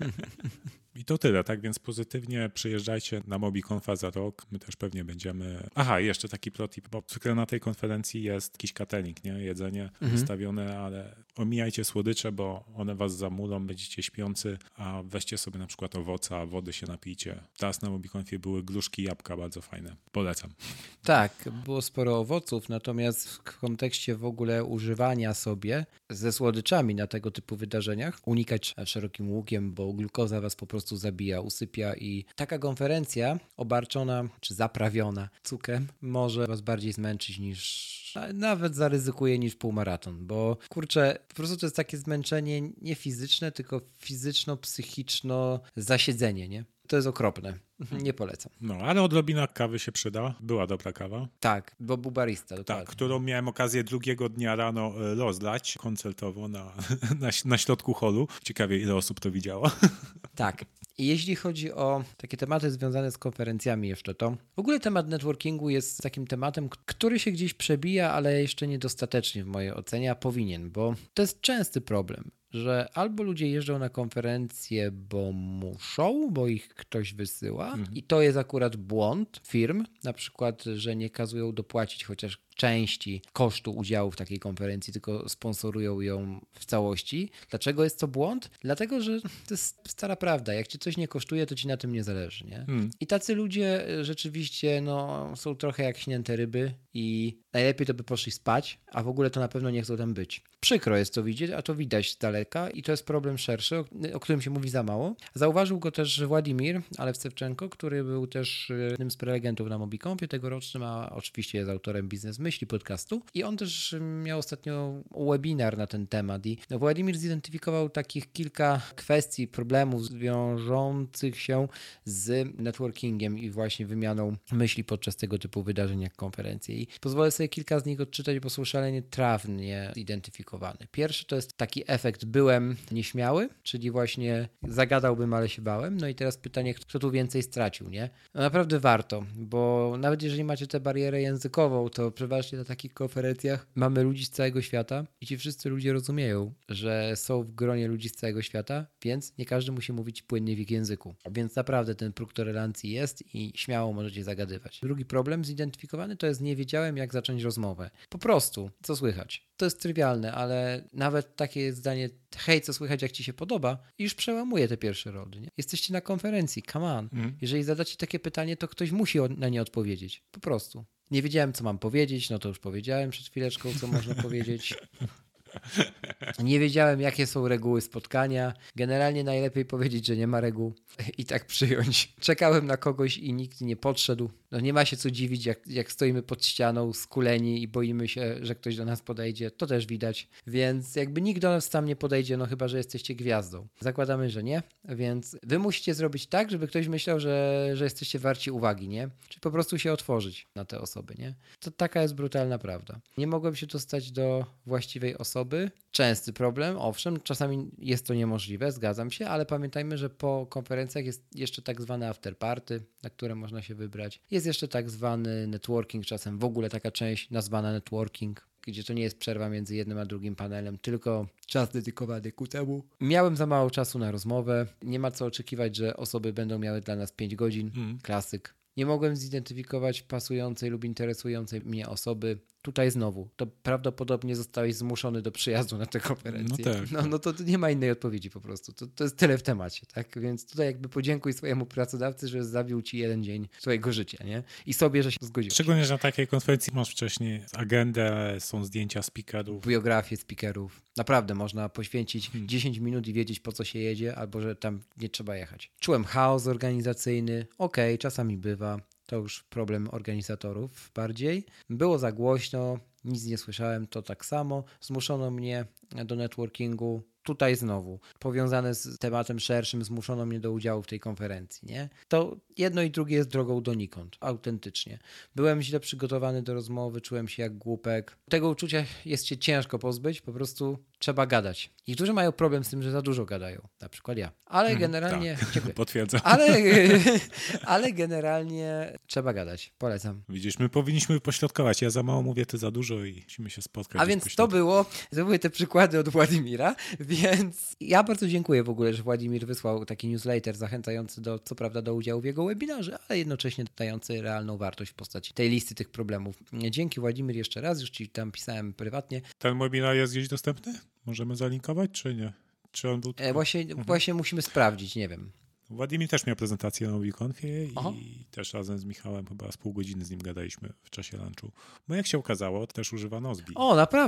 I to tyle, tak? Więc pozytywnie przyjeżdżajcie na MobiConfa za rok. My też pewnie będziemy... Aha, jeszcze taki protip, bo zwykle na tej konferencji jest jakiś catering, nie? Jedzenie mhm. wystawione, ale omijajcie słodycze, bo one was zamulą, będziecie śpiący, a weźcie sobie na przykład owoce, a wody się napijcie. Teraz na MobiConfie były gruszki, jabłka, bardzo fajne. Polecam. Tak, było sporo owoców, natomiast w kontekście w ogóle używania sobie ze słodyczami na tego typu wydarzenia zmęczeniach, unikać szerokim łukiem, bo glukoza was po prostu zabija, usypia i taka konferencja obarczona czy zaprawiona cukrem może was bardziej zmęczyć niż nawet zaryzykuje niż półmaraton, bo kurczę, po prostu to jest takie zmęczenie nie fizyczne, tylko fizyczno-psychiczno zasiedzenie, nie? To jest okropne. Nie polecam. No, ale odrobina kawy się przyda. Była dobra kawa. Tak, bo był barista. Dokładnie. Tak, którą miałem okazję drugiego dnia rano rozlać koncertowo na, na, na środku holu. Ciekawie, ile osób to widziało. Tak. I jeśli chodzi o takie tematy związane z konferencjami jeszcze, to w ogóle temat networkingu jest takim tematem, który się gdzieś przebija, ale jeszcze niedostatecznie w mojej ocenie, a powinien, bo to jest częsty problem, że albo ludzie jeżdżą na konferencje, bo muszą, bo ich ktoś wysyła mhm. i to jest akurat błąd firm, na przykład, że nie kazują dopłacić chociaż części kosztu udziału w takiej konferencji, tylko sponsorują ją w całości. Dlaczego jest to błąd? Dlatego, że to jest stara prawda. Jak ci coś nie kosztuje, to ci na tym nie zależy, nie? Hmm. I tacy ludzie rzeczywiście no, są trochę jak śnięte ryby i najlepiej to by poszli spać, a w ogóle to na pewno nie chcą tam być. Przykro jest to widzieć, a to widać z daleka i to jest problem szerszy, o, o którym się mówi za mało. Zauważył go też Władimir Alewsewczenko, który był też jednym z prelegentów na MobiConfie tegorocznym, a oczywiście jest autorem Biznes Myśli podcastu i on też miał ostatnio webinar na ten temat i Władimir zidentyfikował takich kilka kwestii, problemów wiążących się z networkingiem i właśnie wymianą myśli podczas tego typu wydarzeń jak konferencje i pozwolę sobie kilka z nich odczytać, bo są szalenie trafnie zidentyfikowane. Pierwszy to jest taki efekt byłem nieśmiały, czyli właśnie zagadałbym, ale się bałem. No i teraz pytanie, kto tu więcej stracił, nie? No naprawdę warto, bo nawet jeżeli macie tę barierę językową, to przeważnie na takich konferencjach mamy ludzi z całego świata i ci wszyscy ludzie rozumieją, że są w gronie ludzi z całego świata, więc nie każdy musi mówić płynnie w ich języku. Więc naprawdę ten próg tolerancji jest i śmiało możecie zagadywać. Drugi problem zidentyfikowany to jest nie wiedziałem, jak zacząć rozmowę. Po prostu, co słychać? To jest trywialne, ale nawet takie zdanie, hej, co słychać, jak ci się podoba, już przełamuje te pierwsze rody. Nie? Jesteście na konferencji, come on. Mm. Jeżeli zadacie takie pytanie, to ktoś musi na nie odpowiedzieć. Po prostu. Nie wiedziałem, co mam powiedzieć, no to już powiedziałem przed chwileczką, co można powiedzieć. Nie wiedziałem, jakie są reguły spotkania. Generalnie najlepiej powiedzieć, że nie ma reguł i tak przyjąć. Czekałem na kogoś i nikt nie podszedł. No nie ma się co dziwić, jak, jak stoimy pod ścianą skuleni i boimy się, że ktoś do nas podejdzie. To też widać. Więc jakby nikt do nas tam nie podejdzie, no chyba, że jesteście gwiazdą. Zakładamy, że nie. Więc wy musicie zrobić tak, żeby ktoś myślał, że, że jesteście warci uwagi, nie? Czyli po prostu się otworzyć na te osoby, nie? To taka jest brutalna prawda. Nie mogłem się dostać do właściwej osoby. Częsty problem, owszem, czasami jest to niemożliwe, zgadzam się, ale pamiętajmy, że po konferencjach jest jeszcze tak zwane afterparty, na które można się wybrać. Jest jeszcze tak zwany networking, czasem w ogóle taka część nazwana networking, gdzie to nie jest przerwa między jednym a drugim panelem, tylko czas dedykowany ku temu. Miałem za mało czasu na rozmowę, nie ma co oczekiwać, że osoby będą miały dla nas pięć godzin, mm. klasyk. Nie mogłem zidentyfikować pasującej lub interesującej mnie osoby. Tutaj znowu, to prawdopodobnie zostałeś zmuszony do przyjazdu na tę konferencję. No tak. No, no to nie ma innej odpowiedzi po prostu. To, to jest tyle w temacie, tak? Więc tutaj jakby podziękuj swojemu pracodawcy, że zabił ci jeden dzień swojego życia, nie? I sobie, że się zgodziłeś. Szczególnie, że na takiej konferencji masz wcześniej agendę, są zdjęcia speakerów. Biografie speakerów. Naprawdę można poświęcić hmm. dziesięć minut i wiedzieć, po co się jedzie, albo że tam nie trzeba jechać. Czułem chaos organizacyjny. Okej, okay, czasami bywa. To już problem organizatorów bardziej. Było za głośno, nic nie słyszałem, to tak samo. Zmuszono mnie do networkingu. Tutaj znowu, powiązane z tematem szerszym, zmuszono mnie do udziału w tej konferencji, nie? To jedno i drugie jest drogą donikąd, autentycznie. Byłem źle przygotowany do rozmowy, czułem się jak głupek. Tego uczucia jest się ciężko pozbyć, po prostu trzeba gadać. Niektórzy mają problem z tym, że za dużo gadają, na przykład ja. Ale hmm, generalnie... Tak. Potwierdzam. Ale, ale generalnie trzeba gadać, polecam. Widzisz, my powinniśmy pośrodkować. Ja za mało mówię, ty za dużo i musimy się spotkać. A więc to było, to były te przykłady od Władimira, więc ja bardzo dziękuję w ogóle, że Władimir wysłał taki newsletter zachęcający do, co prawda, do udziału w jego webinarze, ale jednocześnie dający realną wartość w postaci tej listy tych problemów. Dzięki Władimir jeszcze raz, już ci tam pisałem prywatnie. Ten webinar jest gdzieś dostępny? Możemy zalinkować, czy nie? Czy on był tylko... e, właśnie, mhm. właśnie musimy sprawdzić, nie wiem. Władimir też miał prezentację na MobiConfie i Aha. też razem z Michałem chyba z pół godziny z nim gadaliśmy w czasie lunchu. Bo jak się okazało, też używa Nozbi. O, naprawdę?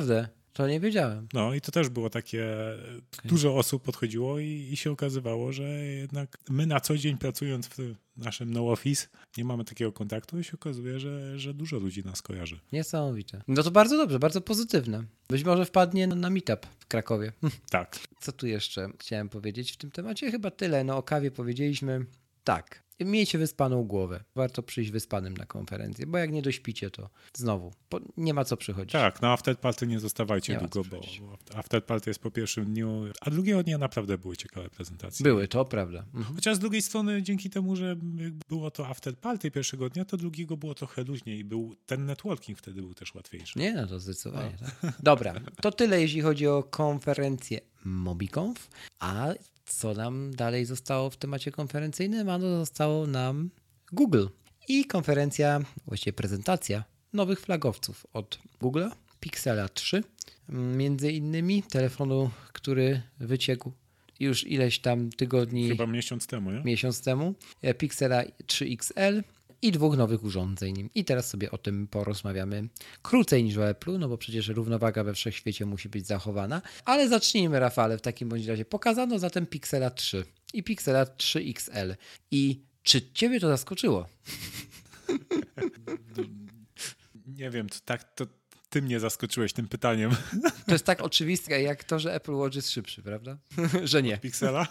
To nie wiedziałem. No i to też było takie, okay. Dużo osób podchodziło i, i się okazywało, że jednak my na co dzień pracując w naszym no office nie mamy takiego kontaktu i się okazuje, że, że dużo ludzi nas kojarzy. Niesamowite. No to bardzo dobrze, bardzo pozytywne. Być może wpadnie na meetup w Krakowie. Tak. Co tu jeszcze chciałem powiedzieć w tym temacie? Chyba tyle. No o kawie powiedzieliśmy. Tak. Miejcie wyspaną głowę. Warto przyjść wyspanym na konferencję, bo jak nie dośpicie, to znowu nie ma co przychodzić. Tak, na afterparty nie zostawajcie nie długo, bo afterparty jest po pierwszym dniu, a drugiego dnia naprawdę były ciekawe prezentacje. Były, to prawda. Mhm. Chociaż z drugiej strony dzięki temu, że było to afterparty pierwszego dnia, to drugiego było trochę luźniej i był ten networking wtedy był też łatwiejszy. Nie, no to zdecydowanie. No. Tak. Dobra, to tyle jeśli chodzi o konferencję MobiConf, a co nam dalej zostało w temacie konferencyjnym? Ano zostało nam Google i konferencja, właściwie prezentacja nowych flagowców od Google'a, Pixela trzy, między innymi telefonu, który wyciekł już ileś tam tygodni. Chyba miesiąc temu, nie? Miesiąc temu. Pixela trzy X L i dwóch nowych urządzeń. I teraz sobie o tym porozmawiamy krócej niż o Apple'u, no bo przecież równowaga we wszechświecie musi być zachowana. Ale zacznijmy, Rafale, w takim bądź razie. Pokazano zatem Pixela trzy i Pixela trzy X L. I czy ciebie to zaskoczyło? Nie wiem, to tak to ty mnie zaskoczyłeś tym pytaniem. To jest tak oczywiste jak to, że Apple Watch jest szybszy, prawda? Że nie. Od Pixela?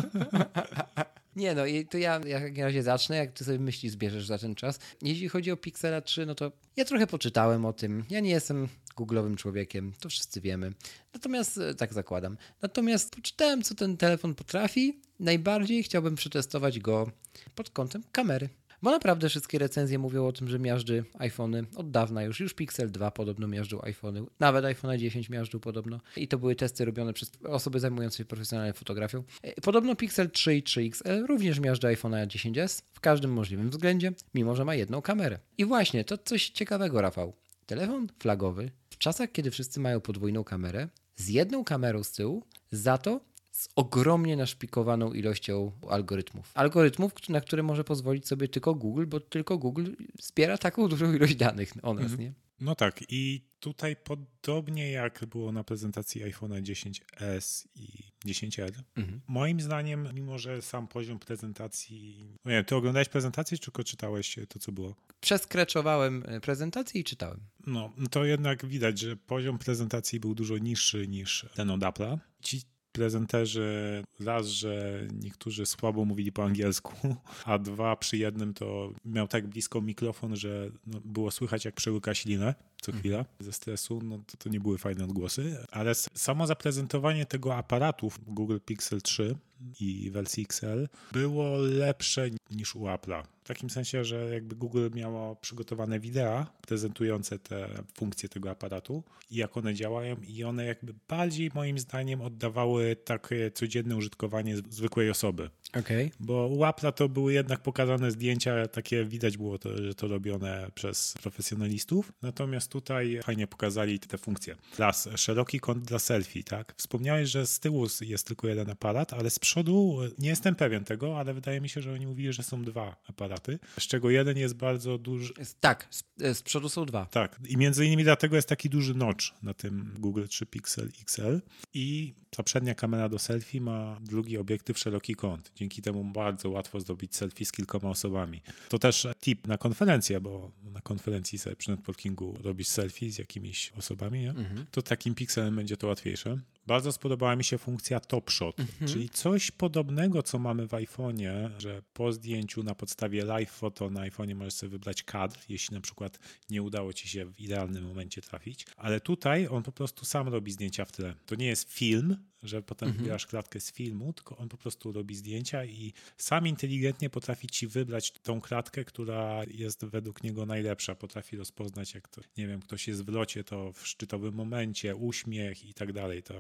Nie, no i to ja, ja w takim razie zacznę, jak ty sobie myśli zbierzesz za ten czas. Jeśli chodzi o Pixela trzy, no to ja trochę poczytałem o tym. Ja nie jestem Google'owym człowiekiem, to wszyscy wiemy. Natomiast, tak zakładam. Natomiast poczytałem, co ten telefon potrafi. Najbardziej chciałbym przetestować go pod kątem kamery. Bo naprawdę wszystkie recenzje mówią o tym, że miażdży iPhony od dawna już. Już Pixel dwa podobno miażdżył iPhony. Nawet iPhone dziesięć miażdżył podobno. I to były testy robione przez osoby zajmujące się profesjonalnie fotografią. Podobno Pixel trzy i trzy X L również miażdży iPhone dziesięć S w każdym możliwym względzie, mimo że ma jedną kamerę. I właśnie, to coś ciekawego, Rafał. Telefon flagowy w czasach, kiedy wszyscy mają podwójną kamerę, z jedną kamerą z tyłu, za to z ogromnie naszpikowaną ilością algorytmów. Algorytmów, na które może pozwolić sobie tylko Google, bo tylko Google zbiera taką dużą ilość danych o nas, nie? No tak i tutaj podobnie jak było na prezentacji iPhone'a dziesięć S i dziesięć L, mhm. moim zdaniem, mimo że sam poziom prezentacji... Nie wiem, ty oglądałeś prezentację, czy tylko czytałeś to, co było? Przeskreczowałem prezentację i czytałem. No, to jednak widać, że poziom prezentacji był dużo niższy niż ten od Apple'a. Ci prezenterzy, raz, że niektórzy słabo mówili po angielsku, a dwa, przy jednym to miał tak blisko mikrofon, że no, było słychać, jak przełyka ślinę co chwila ze stresu, no to, to nie były fajne odgłosy, ale samo zaprezentowanie tego aparatu w Google Pixel trzy i wersji X L było lepsze niż u Apple'a. W takim sensie, że jakby Google miało przygotowane wideo prezentujące te funkcje tego aparatu i jak one działają i one jakby bardziej moim zdaniem oddawały takie codzienne użytkowanie zwykłej osoby. Okay. Bo u Apple'a to były jednak pokazane zdjęcia, takie widać było, to, że to robione przez profesjonalistów, natomiast tutaj fajnie pokazali te funkcje. Raz, szeroki kąt dla selfie, tak? Wspomniałeś, że z tyłu jest tylko jeden aparat, ale z przodu nie jestem pewien tego, ale wydaje mi się, że oni mówili, że są dwa aparaty, z czego jeden jest bardzo duży. Tak, z, z przodu są dwa. Tak, i między innymi dlatego jest taki duży notch na tym Google trzy Pixel X L i ta przednia kamera do selfie ma drugi obiektyw szeroki kąt. Dzięki temu bardzo łatwo zrobić selfie z kilkoma osobami. To też tip na konferencję, bo na konferencji sobie przy networkingu robisz selfie z jakimiś osobami, nie? Mhm. To takim pikselem będzie to łatwiejsze. Bardzo spodobała mi się funkcja Top Shot, mhm. czyli coś podobnego, co mamy w iPhone'ie, że po zdjęciu na podstawie live photo na iPhone'ie możesz sobie wybrać kadr, jeśli na przykład nie udało ci się w idealnym momencie trafić, ale tutaj on po prostu sam robi zdjęcia w tle. To nie jest film, że potem mhm. wybierasz klatkę z filmu, tylko on po prostu robi zdjęcia i sam inteligentnie potrafi ci wybrać tą klatkę, która jest według niego najlepsza. Potrafi rozpoznać, jak to, nie wiem, ktoś jest w locie, to w szczytowym momencie, uśmiech i tak dalej. To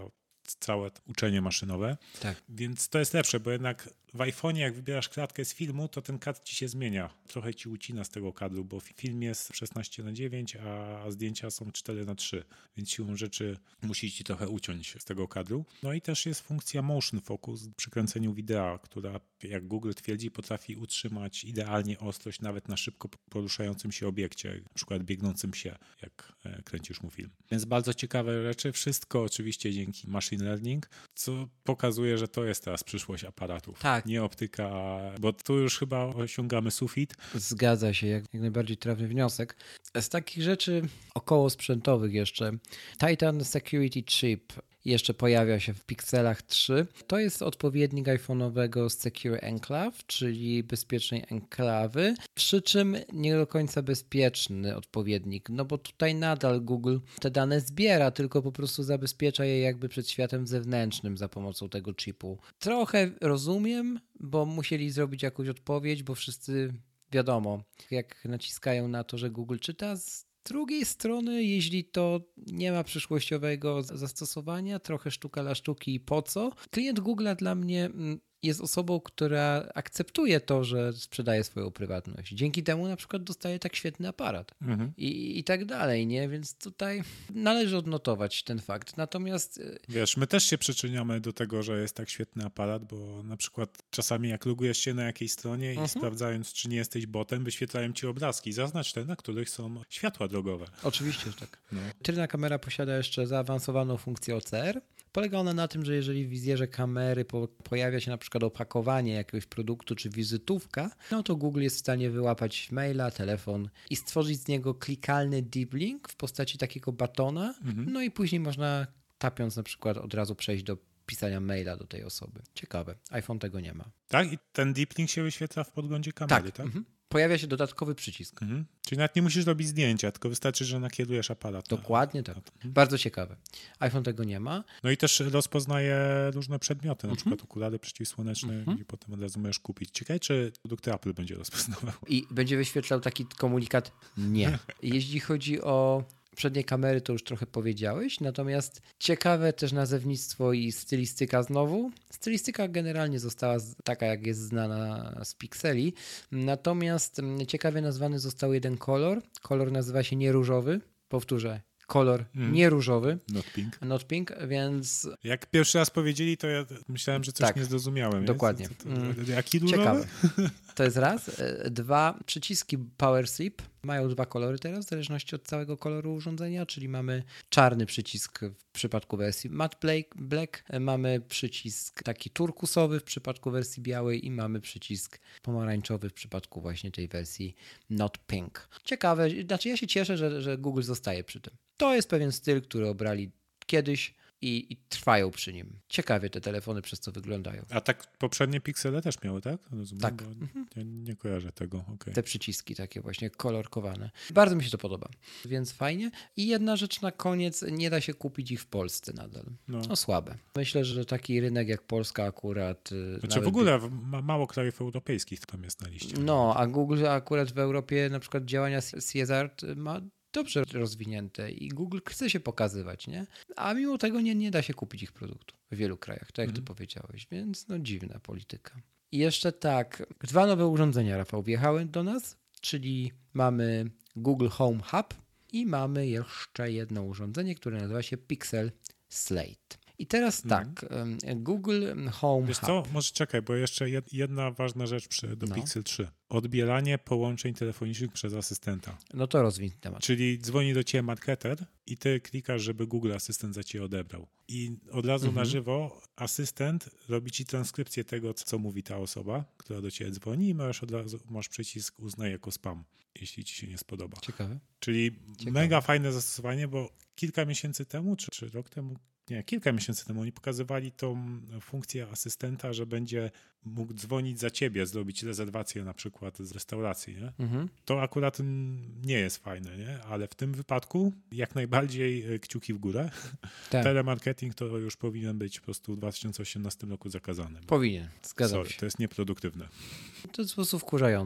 całe uczenie maszynowe. Tak. Więc to jest lepsze, bo jednak w iPhone'ie jak wybierasz klatkę z filmu, to ten kadr ci się zmienia. Trochę ci ucina z tego kadru, bo film jest szesnaście na dziewięć, a zdjęcia są cztery na trzy, więc siłą rzeczy musi ci trochę uciąć z tego kadru. No i też jest funkcja motion focus przy kręceniu wideo, która jak Google twierdzi potrafi utrzymać idealnie ostrość nawet na szybko poruszającym się obiekcie, na przykład biegnącym psie, jak kręcisz mu film. Więc bardzo ciekawe rzeczy, wszystko oczywiście dzięki machine learning, co pokazuje, że to jest teraz przyszłość aparatów. Tak. Nie optyka, bo tu już chyba osiągamy sufit. Zgadza się, jak, jak najbardziej trafny wniosek. Z takich rzeczy około sprzętowych jeszcze Titan Security Chip jeszcze pojawia się w Pixelach trzy. To jest odpowiednik iPhone'owego Secure Enclave, czyli bezpiecznej enklawy, przy czym nie do końca bezpieczny odpowiednik, no bo tutaj nadal Google te dane zbiera, tylko po prostu zabezpiecza je jakby przed światem zewnętrznym za pomocą tego chipu. Trochę rozumiem, bo musieli zrobić jakąś odpowiedź, bo wszyscy wiadomo, jak naciskają na to, że Google czyta, z drugiej strony, jeśli to nie ma przyszłościowego zastosowania, trochę sztuka dla sztuki i po co? Klient Google'a dla mnie jest osobą, która akceptuje to, że sprzedaje swoją prywatność. Dzięki temu na przykład dostaje tak świetny aparat mhm. I, i tak dalej, nie? Więc tutaj należy odnotować ten fakt. Natomiast... Wiesz, my też się przyczyniamy do tego, że jest tak świetny aparat, bo na przykład czasami jak logujesz się na jakiejś stronie mhm. i sprawdzając, czy nie jesteś botem, wyświetlają ci obrazki. Zaznacz te, na których są światła drogowe. Oczywiście, że tak. No. Tylna kamera posiada jeszcze zaawansowaną funkcję O C R. Polega ona na tym, że jeżeli w wizjerze kamery po, pojawia się na przykład opakowanie jakiegoś produktu czy wizytówka, no to Google jest w stanie wyłapać maila, telefon i stworzyć z niego klikalny deep link w postaci takiego batona, mhm. no i później można tapiąc na przykład od razu przejść do pisania maila do tej osoby. Ciekawe. iPhone tego nie ma. Tak? I ten deep link się wyświetla w podglądzie kamery, tak? tak? Mhm. Pojawia się dodatkowy przycisk. Mhm. Czyli nawet nie musisz robić zdjęcia, tylko wystarczy, że nakierujesz aparat. Dokładnie na, tak. na mhm. Bardzo ciekawe. iPhone tego nie ma. No i też rozpoznaje różne przedmioty, na mhm. przykład okulary przeciwsłoneczne, mhm. gdzie potem od razu możesz kupić. Ciekawe, czy produkty Apple będzie rozpoznawał. I będzie wyświetlał taki komunikat? Nie. Jeśli chodzi o przednie kamery, to już trochę powiedziałeś, natomiast ciekawe też nazewnictwo i stylistyka znowu. Stylistyka generalnie została taka, jak jest znana z Pixeli, natomiast ciekawie nazwany został jeden kolor. Kolor nazywa się nieróżowy. Powtórzę. Kolor mm. nieróżowy. Not pink. Not pink, więc... Jak pierwszy raz powiedzieli, to ja myślałem, że coś tak, nie zrozumiałem. Dokładnie. To, to, to, jaki różowy? Ciekawe. To jest raz. Dwa, przyciski Power Sleep mają dwa kolory teraz, w zależności od całego koloru urządzenia, czyli mamy czarny przycisk w przypadku wersji Matte Black, mamy przycisk taki turkusowy w przypadku wersji białej i mamy przycisk pomarańczowy w przypadku właśnie tej wersji Not Pink. Ciekawe, znaczy ja się cieszę, że, że Google zostaje przy tym. To jest pewien styl, który obrali kiedyś i, i trwają przy nim. Ciekawie te telefony przez to wyglądają. A tak poprzednie Pixele też miały, tak? Rozumiem, tak. Bo mhm. ja nie kojarzę tego. Okay. Te przyciski takie właśnie kolorkowane. Bardzo mi się to podoba, więc fajnie. I jedna rzecz na koniec, nie da się kupić ich w Polsce nadal. No, no słabe. Myślę, że taki rynek jak Polska akurat... Znaczy w ogóle ma, mało krajów europejskich tam jest na liście. No, a Google akurat w Europie na przykład działania C S R ma dobrze rozwinięte i Google chce się pokazywać, nie? A mimo tego nie, nie da się kupić ich produktów w wielu krajach, tak jak mm. ty powiedziałeś, więc no dziwna polityka. I jeszcze tak, dwa nowe urządzenia, Rafał, wjechały do nas, czyli mamy Google Home Hub i mamy jeszcze jedno urządzenie, które nazywa się Pixel Slate. I teraz tak, mm. Google Home Wiesz Hub. co, może czekaj, bo jeszcze jedna ważna rzecz przy, do no. Pixel trzy. Odbieranie połączeń telefonicznych przez asystenta. No to rozwiń temat. Czyli dzwoni do ciebie marketer i ty klikasz, żeby Google Asystent za ciebie odebrał. I od razu mhm. na żywo asystent robi ci transkrypcję tego, co mówi ta osoba, która do ciebie dzwoni i masz od razu masz przycisk uznaj jako spam, jeśli ci się nie spodoba. Ciekawe. Czyli Ciekawe. Mega fajne zastosowanie, bo kilka miesięcy temu, czy, czy rok temu, nie, kilka miesięcy temu oni pokazywali tą funkcję asystenta, że będzie mógł dzwonić za ciebie, zrobić rezerwację na przykład z restauracji, nie? Mhm. To akurat nie jest fajne, nie? Ale w tym wypadku jak najbardziej kciuki w górę. Tak. Telemarketing to już powinien być po prostu w dwa tysiące osiemnastym roku zakazany. Powinien, zgadzam Sorry, się. To jest nieproduktywne. To jest po prostu wkurzające.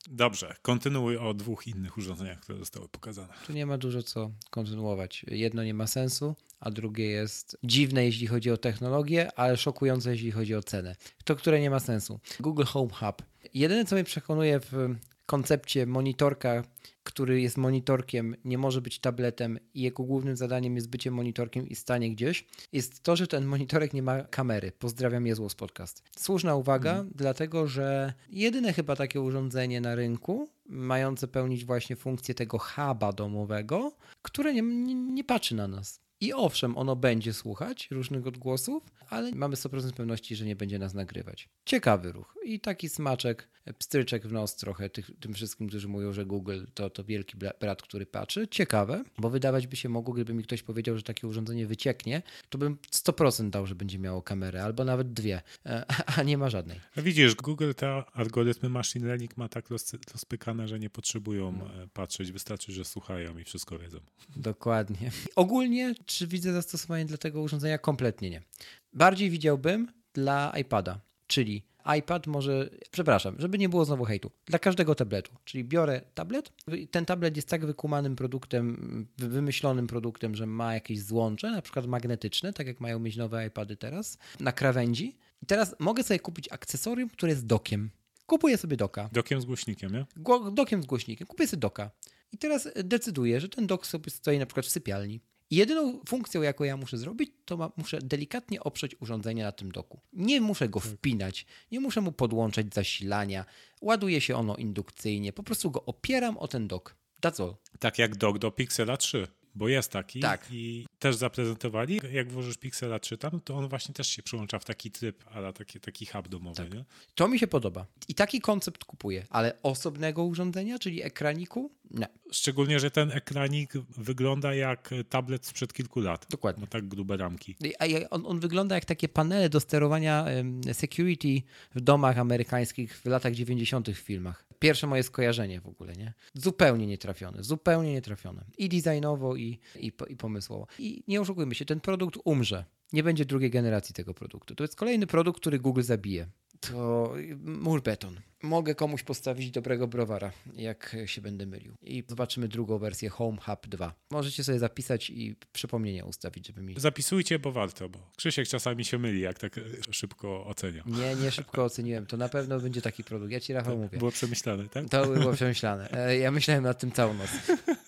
Dobrze, kontynuuj o dwóch innych urządzeniach, które zostały pokazane. Tu nie ma dużo co kontynuować. Jedno nie ma sensu, a drugie jest dziwne, jeśli chodzi o technologię, ale szokujące, jeśli chodzi o cenę. To, które nie ma sensu. Google Home Hub. Jedyne, co mnie przekonuje w koncepcie monitorka, który jest monitorkiem, nie może być tabletem i jego głównym zadaniem jest bycie monitorkiem i stanie gdzieś, jest to, że ten monitorek nie ma kamery. Pozdrawiam Jezłos Podcast. Słuszna uwaga, mhm. dlatego że jedyne chyba takie urządzenie na rynku, mające pełnić właśnie funkcję tego huba domowego, które nie, nie, nie patrzy na nas. I owszem, ono będzie słuchać różnych odgłosów, ale mamy sto procent pewności, że nie będzie nas nagrywać. Ciekawy ruch. I taki smaczek, pstryczek w nos trochę tych, tym wszystkim, którzy mówią, że Google to, to wielki brat, który patrzy. Ciekawe, bo wydawać by się mogło, gdyby mi ktoś powiedział, że takie urządzenie wycieknie, to bym sto procent dał, że będzie miało kamerę, albo nawet dwie, a nie ma żadnej. Widzisz, Google te algorytmy machine learning ma tak rozpykane, że nie potrzebują no. patrzeć, wystarczy, że słuchają i wszystko wiedzą. Dokładnie. Ogólnie, czy widzę zastosowanie dla tego urządzenia? Kompletnie nie. Bardziej widziałbym dla iPada, czyli iPad może, przepraszam, żeby nie było znowu hejtu, dla każdego tabletu, czyli biorę tablet, ten tablet jest tak wykumanym produktem, wymyślonym produktem, że ma jakieś złącze, na przykład magnetyczne, tak jak mają mieć nowe iPady teraz, na krawędzi i teraz mogę sobie kupić akcesorium, które jest dokiem. Kupuję sobie doka. Dokiem z głośnikiem, nie? Gło- dokiem z głośnikiem. Kupuję sobie doka. I teraz decyduję, że ten dok sobie stoi na przykład w sypialni. I jedyną funkcją, jaką ja muszę zrobić, to ma, muszę delikatnie oprzeć urządzenie na tym doku. Nie muszę go wpinać, nie muszę mu podłączać zasilania. Ładuje się ono indukcyjnie. Po prostu go opieram o ten dok. That's all. Tak jak dok do Pixela trzy. Bo jest taki tak. i też zaprezentowali, jak włożysz Pixela trzy tam, to on właśnie też się przyłącza w taki tryb, ale taki, taki hub domowy. Tak. Nie? To mi się podoba. I taki koncept kupuję, ale osobnego urządzenia, czyli ekraniku, nie. Szczególnie, że ten ekranik wygląda jak tablet sprzed kilku lat. Dokładnie. Ma tak grube ramki. A on, on wygląda jak takie panele do sterowania um, security w domach amerykańskich w latach dziewięćdziesiątych w filmach. Pierwsze moje skojarzenie w ogóle, nie? Zupełnie nietrafione, zupełnie nietrafione. I designowo, i, i, i pomysłowo. I nie oszukujmy się, ten produkt umrze. Nie będzie drugiej generacji tego produktu. To jest kolejny produkt, który Google zabije. To mur beton. Mogę komuś postawić dobrego browara, jak się będę mylił. I zobaczymy drugą wersję Home Hub dwa. Możecie sobie zapisać i przypomnienie ustawić, żeby mi... Zapisujcie, bo warto, bo Krzysiek czasami się myli, jak tak szybko ocenia. Nie, nie szybko oceniłem. To na pewno będzie taki produkt. Ja ci, Rafał, to mówię. Było przemyślane, tak? To było przemyślane. Ja myślałem nad tym całą noc.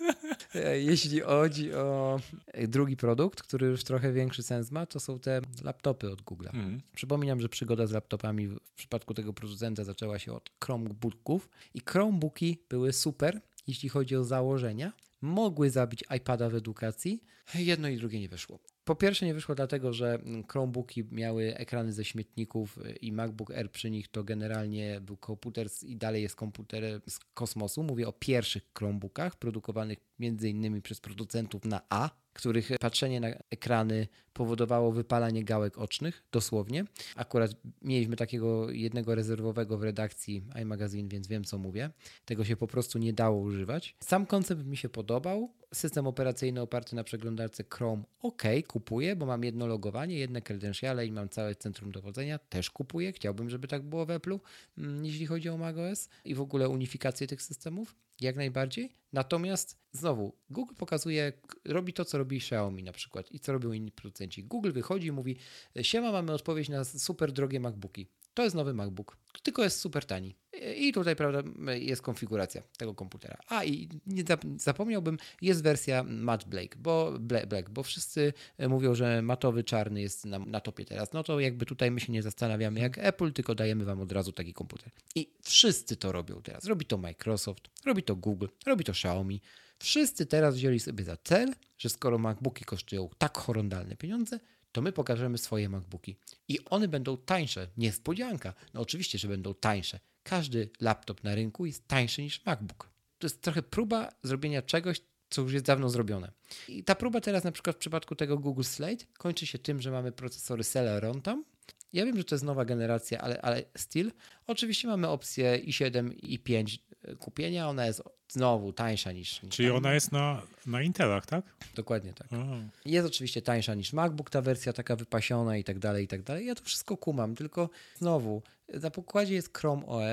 Jeśli chodzi o drugi produkt, który już trochę większy sens ma, to są te laptopy od Google'a. Mm. Przypominam, że przygoda z laptopami w przypadku tego producenta zaczęła się od Chromebooków i Chromebooki były super, jeśli chodzi o założenia. Mogły zabić iPada w edukacji. Jedno i drugie nie wyszło. Po pierwsze nie wyszło dlatego, że Chromebooki miały ekrany ze śmietników i MacBook Air przy nich to generalnie był komputer i dalej jest komputer z kosmosu. Mówię o pierwszych Chromebookach produkowanych między innymi przez producentów na A, których patrzenie na ekrany powodowało wypalanie gałek ocznych, dosłownie. Akurat mieliśmy takiego jednego rezerwowego w redakcji iMagazine, więc wiem, co mówię. Tego się po prostu nie dało używać. Sam koncept mi się podobał. System operacyjny oparty na przeglądarce Chrome, ok, kupuję, bo mam jedno logowanie, jedne credentiale i mam całe centrum dowodzenia, też kupuję. Chciałbym, żeby tak było w Apple'u, jeśli chodzi o macOS i w ogóle unifikację tych systemów. Jak najbardziej. Natomiast znowu Google pokazuje, robi to, co robi Xiaomi na przykład i co robią inni producenci. Google wychodzi i mówi, siema, mamy odpowiedź na super drogie MacBooki. To jest nowy MacBook, tylko jest super tani. I tutaj, prawda, jest konfiguracja tego komputera. A i nie zapomniałbym, jest wersja Matte Black, bo, Black, bo wszyscy mówią, że matowy czarny jest na, na topie teraz. No to jakby tutaj my się nie zastanawiamy jak Apple, tylko dajemy wam od razu taki komputer. I wszyscy to robią teraz. Robi to Microsoft, robi to Google, robi to Xiaomi. Wszyscy teraz wzięli sobie za cel, że skoro MacBooki kosztują tak horrendalne pieniądze, to my pokażemy swoje MacBooki. I one będą tańsze. Niespodzianka. No oczywiście, że będą tańsze. Każdy laptop na rynku jest tańszy niż MacBook. To jest trochę próba zrobienia czegoś, co już jest dawno zrobione. I ta próba teraz na przykład w przypadku tego Google Slate kończy się tym, że mamy procesory Celeron tam. Ja wiem, że to jest nowa generacja, ale, ale still. Oczywiście mamy opcję i siedem, i pięć kupienia. Ona jest znowu tańsza niż... niż Czyli tam. ona jest na, na Intelach, tak? Dokładnie tak. Aha. Jest oczywiście tańsza niż MacBook, ta wersja taka wypasiona i tak dalej, i tak dalej. Ja to wszystko kumam, tylko znowu na pokładzie jest Chrome O S.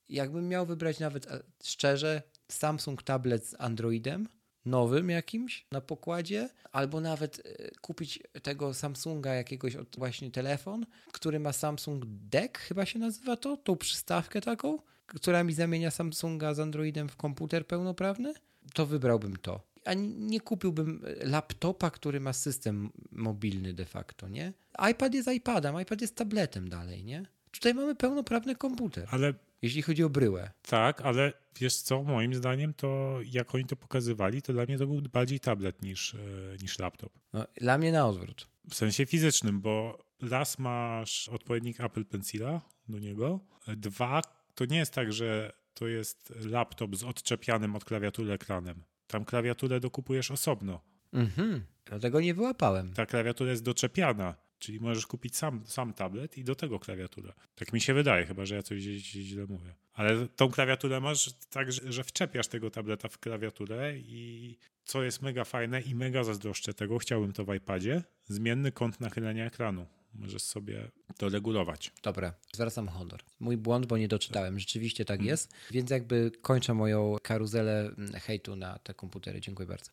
Jakbym miał wybrać nawet szczerze Samsung tablet z Androidem, nowym jakimś na pokładzie, albo nawet kupić tego Samsunga jakiegoś od właśnie telefon, który ma Samsung Deck, chyba się nazywa to, tą przystawkę taką, która mi zamienia Samsunga z Androidem w komputer pełnoprawny, to wybrałbym to. A nie kupiłbym laptopa, który ma system mobilny de facto, nie? iPad jest iPadem, iPad jest tabletem dalej, nie? Tutaj mamy pełnoprawny komputer. Ale jeśli chodzi o bryłę. Tak, ale wiesz co, moim zdaniem to jak oni to pokazywali, to dla mnie to był bardziej tablet niż, niż laptop. No, dla mnie na odwrót. W sensie fizycznym, bo raz masz odpowiednik Apple Pencila do niego, dwa, to nie jest tak, że to jest laptop z odczepianym od klawiatury ekranem. Tam klawiaturę dokupujesz osobno. Mhm, dlatego nie wyłapałem. Ta klawiatura jest doczepiana. Czyli możesz kupić sam, sam tablet i do tego klawiaturę. Tak mi się wydaje, chyba że ja coś źle mówię. Ale tą klawiaturę masz tak, że, że wczepiasz tego tableta w klawiaturę i co jest mega fajne i mega zazdroszczę tego, chciałbym to w iPadzie, zmienny kąt nachylenia ekranu. Możesz sobie to regulować. Dobra, zwracam honor. Mój błąd, bo nie doczytałem. Rzeczywiście tak jest. Więc jakby kończę moją karuzelę hejtu na te komputery. Dziękuję bardzo.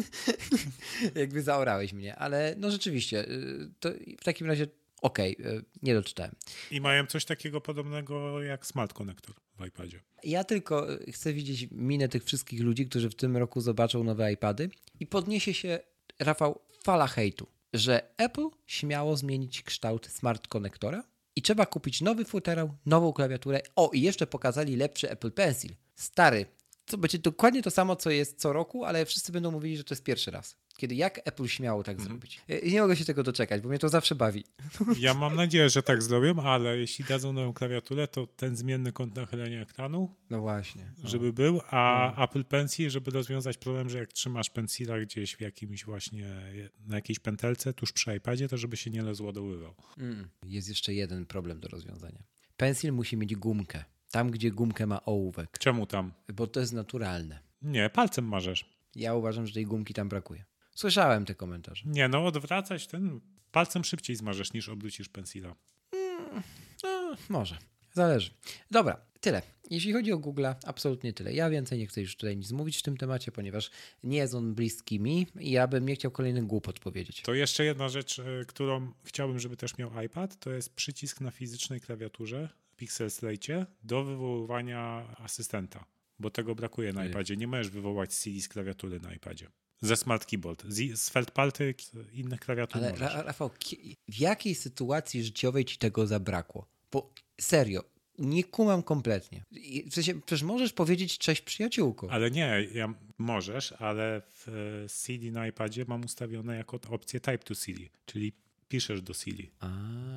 Jakby zaorałeś mnie. Ale no rzeczywiście, to w takim razie okej, okay, nie doczytałem. I mają coś takiego podobnego jak Smart Connector w iPadzie. Ja tylko chcę widzieć minę tych wszystkich ludzi, którzy w tym roku zobaczą nowe iPady i podniesie się, Rafał, fala hejtu, że Apple śmiało zmienić kształt Smart Connectora i trzeba kupić nowy futerał, nową klawiaturę. O, i jeszcze pokazali lepszy Apple Pencil. Stary, to będzie dokładnie to samo, co jest co roku, ale wszyscy będą mówili, że to jest pierwszy raz. Kiedy jak Apple śmiało tak mm. zrobić. I nie mogę się tego doczekać, bo mnie to zawsze bawi. Ja mam nadzieję, że tak zrobią, ale jeśli dadzą nową klawiaturę, to ten zmienny kąt nachylenia ekranu, no właśnie, no. żeby był, a no. Apple Pencil, żeby rozwiązać problem, że jak trzymasz pencila gdzieś w jakimś właśnie, na jakiejś pętelce tuż przy iPadzie, to żeby się nie rozładowywał. Mm. Jest jeszcze jeden problem do rozwiązania. Pencil musi mieć gumkę. Tam, gdzie gumkę ma ołówek. Czemu tam? Bo to jest naturalne. Nie, palcem marzesz. Ja uważam, że tej gumki tam brakuje. Słyszałem te komentarze. Nie, no odwracać ten palcem szybciej zmarzesz niż obrócisz pensila. Mm, no, może. Zależy. Dobra, tyle. Jeśli chodzi o Google'a, absolutnie tyle. Ja więcej nie chcę już tutaj nic mówić w tym temacie, ponieważ nie jest on bliski mi i ja bym nie chciał kolejnych głupot powiedzieć. To jeszcze jedna rzecz, którą chciałbym, żeby też miał iPad, to jest przycisk na fizycznej klawiaturze w Pixel Slate'cie do wywoływania asystenta, bo tego brakuje na iPadzie. Nie możesz wywołać Siri z klawiatury na iPadzie. Ze Smart Keyboard. Z, z Feldpalty innych klawiatur Ale możesz. Ra- Rafał, w jakiej sytuacji życiowej ci tego zabrakło? Bo serio, nie kumam kompletnie. W sensie, przecież możesz powiedzieć cześć przyjaciółko. Ale nie, ja, możesz, ale w Siri na iPadzie mam ustawione jako opcję Type to Siri, czyli piszesz do Siri. A,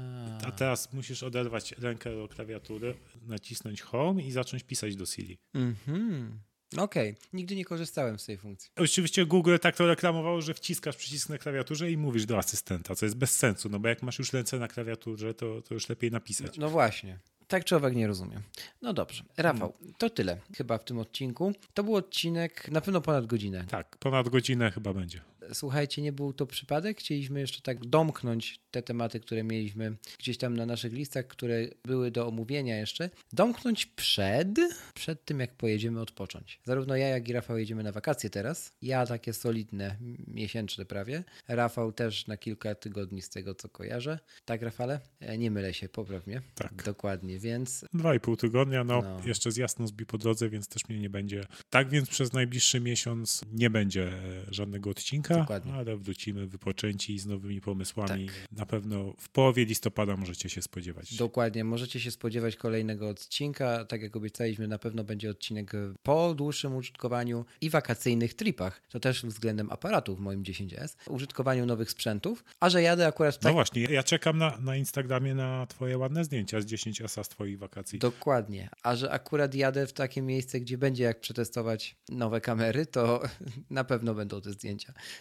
A teraz musisz oderwać rękę od klawiatury, nacisnąć Home i zacząć pisać do Siri. Mhm. Okej, okay. Nigdy nie korzystałem z tej funkcji. Oczywiście Google tak to reklamowało, że wciskasz przycisk na klawiaturze i mówisz do asystenta, co jest bez sensu, no bo jak masz już ręce na klawiaturze, to, to już lepiej napisać. No, no właśnie. Tak człowiek nie rozumie. No dobrze. Rafał, to tyle chyba w tym odcinku. To był odcinek na pewno ponad godzinę. Tak, ponad godzinę chyba będzie. Słuchajcie, nie był to przypadek. Chcieliśmy jeszcze tak domknąć te tematy, które mieliśmy gdzieś tam na naszych listach, które były do omówienia jeszcze. Domknąć przed, przed tym, jak pojedziemy odpocząć. Zarówno ja, jak i Rafał jedziemy na wakacje teraz. Ja takie solidne, miesięczne prawie. Rafał też na kilka tygodni z tego, co kojarzę. Tak, Rafale? Nie mylę się, popraw mnie. Tak. Dokładnie, więc... Dwa i pół tygodnia, no, no. Jeszcze z Jasnozbi po drodze, więc też mnie nie będzie. Tak więc przez najbliższy miesiąc nie będzie żadnego odcinka. Dokładnie. Ale wrócimy wypoczęci z nowymi pomysłami. Tak. Na pewno w połowie listopada możecie się spodziewać. Dokładnie, możecie się spodziewać kolejnego odcinka. Tak jak obiecaliśmy, na pewno będzie odcinek po dłuższym użytkowaniu i wakacyjnych tripach. To też względem aparatów w moim dziesięć S. Użytkowaniu nowych sprzętów. A że jadę akurat... Tak... No właśnie, ja czekam na, na Instagramie na twoje ładne zdjęcia z dziesięć S z twoich wakacji. Dokładnie. A że akurat jadę w takie miejsce, gdzie będzie jak przetestować nowe kamery, to na pewno będą te zdjęcia.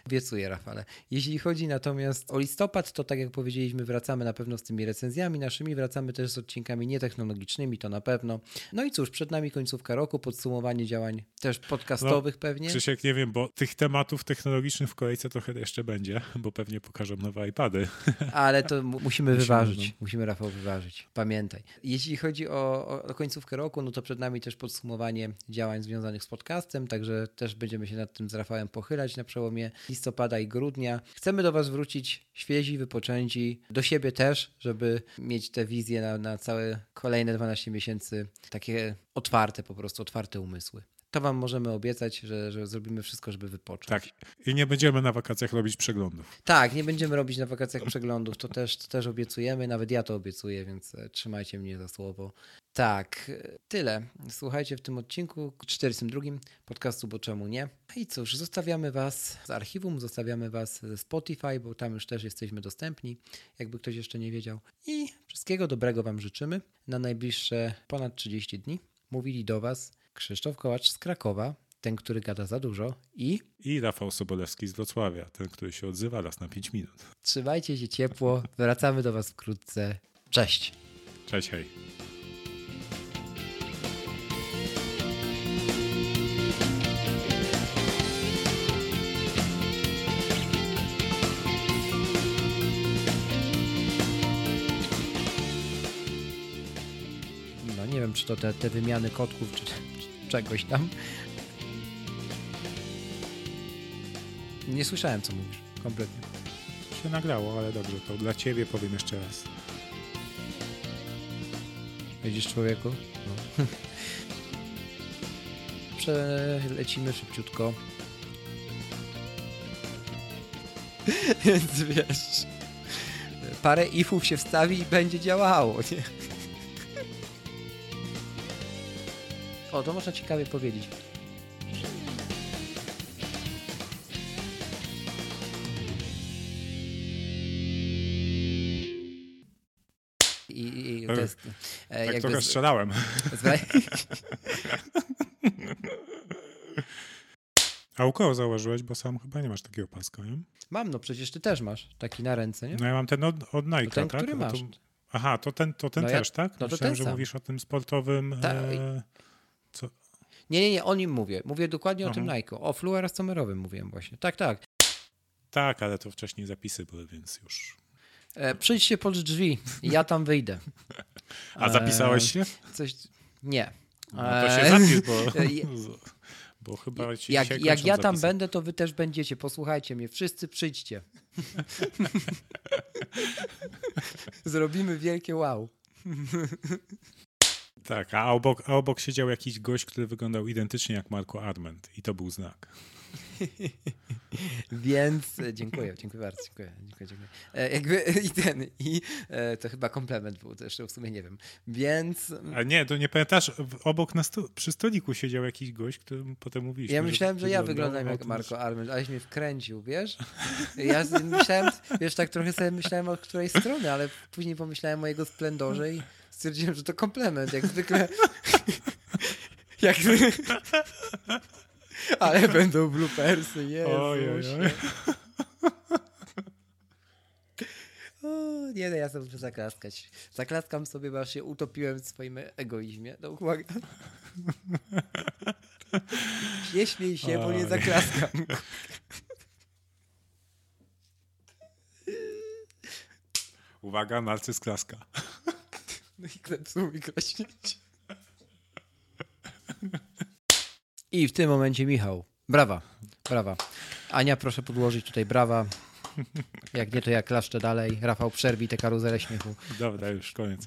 Obiecuję, Rafale. Jeśli chodzi natomiast o listopad, to tak jak powiedzieliśmy, wracamy na pewno z tymi recenzjami naszymi, wracamy też z odcinkami nietechnologicznymi, to na pewno. No i cóż, przed nami końcówka roku, podsumowanie działań też podcastowych no, pewnie. Krzysiek, nie wiem, bo tych tematów technologicznych w kolejce trochę jeszcze będzie, bo pewnie pokażą nowe iPady. Ale to musimy, musimy wyważyć. No. Musimy, Rafał, wyważyć. Pamiętaj. Jeśli chodzi o, o końcówkę roku, no to przed nami też podsumowanie działań związanych z podcastem, także też będziemy się nad tym z Rafałem pochylać na przełomie listopada i grudnia. Chcemy do was wrócić świezi, wypoczęci, do siebie też, żeby mieć te wizje na, na całe kolejne dwanaście miesięcy, takie otwarte, po prostu otwarte umysły. To wam możemy obiecać, że, że zrobimy wszystko, żeby wypocząć. Tak. I nie będziemy na wakacjach robić przeglądów. Tak, nie będziemy robić na wakacjach przeglądów. To też, to też obiecujemy. Nawet ja to obiecuję, więc trzymajcie mnie za słowo. Tak, tyle. Słuchajcie w tym odcinku czterdziestym drugim podcastu Bo Czemu Nie. I cóż, zostawiamy was z archiwum, zostawiamy was ze Spotify, bo tam już też jesteśmy dostępni, jakby ktoś jeszcze nie wiedział. I wszystkiego dobrego wam życzymy na najbliższe ponad trzydzieści dni. Mówili do was Krzysztof Kołacz z Krakowa, ten, który gada za dużo i... I Rafał Sobolewski z Wrocławia, ten, który się odzywa raz na pięć minut. Trzymajcie się ciepło, wracamy do was wkrótce. Cześć. Cześć, hej. No nie wiem, czy to te, te wymiany kotków, czy... czegoś tam. Nie słyszałem, co mówisz. Kompletnie. Się nagrało, ale dobrze, to dla ciebie powiem jeszcze raz. Widzisz, człowieku? No. Przelecimy szybciutko. Więc wiesz, parę ifów się wstawi i będzie działało, nie? O, to można ciekawie powiedzieć. I, i to jest, tak jakby trochę strzelałem. A u kogo założyłeś? Bo sam chyba nie masz takiego paska, nie? Mam, no przecież ty też masz taki na ręce, nie? No ja mam ten od, od Nike, ten, tak? który No masz. to, aha, to ten, to ten no też, ja, tak? No to Myślałem, ten że sam. mówisz o tym sportowym... Ta... E, co? Nie, nie, nie, o nim mówię. Mówię dokładnie Aha. o tym Nike. O fluorescomerowym mówiłem właśnie. Tak, tak. Tak, ale to wcześniej zapisy były, więc już... E, przyjdźcie pod drzwi, ja tam wyjdę. A zapisałeś się? Coś... Nie. No to się zapisz, bo, bo chyba ci Jak, dzisiaj jak ja tam zapisy. będę, to wy też będziecie. Posłuchajcie mnie. Wszyscy przyjdźcie. Zrobimy wielkie wow. Tak, a obok, a obok siedział jakiś gość, który wyglądał identycznie jak Marco Arment i to był znak. Więc dziękuję, dziękuję bardzo, dziękuję, dziękuję, dziękuję. E, jakby i ten, i e, to chyba komplement był też, w sumie nie wiem. Więc... A nie, to nie pamiętasz, obok na sto, przy stoliku siedział jakiś gość, którym potem mówiliśmy. Ja myślałem, że, że ja wyglądam jak Marco Arment, aleś mnie wkręcił, wiesz? Ja myślałem, wiesz, tak trochę sobie myślałem od której strony, ale później pomyślałem o jego splendorze i stwierdziłem, że to komplement, jak zwykle. jak Ale będą bloopersy, Jezus. Oj, oj, oj. O, nie, no ja sobie muszę zaklaskać. Zaklaskam sobie, bo aż się utopiłem w swoim egoizmie. No uwaga. Nie śmiej się, bo nie zaklaskam. Uwaga, narcyz klaska. No i klepsuł mi klaśnięcie. I w tym momencie Michał. Brawa, brawa. Ania, proszę podłożyć tutaj brawa. Jak nie, to ja klaszczę dalej. Rafał, przerwij tę karuzelę śmiechu. Dobra, już koniec.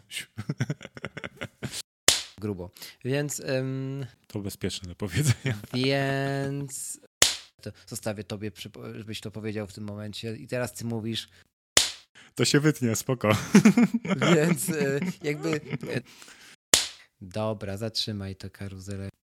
Grubo. Więc... Ym, to bezpieczne do powiedzenia. Więc... To zostawię tobie, żebyś to powiedział w tym momencie. I teraz ty mówisz... To się wytnie, spoko. Więc y, jakby... Y, dobra, zatrzymaj tę karuzelę.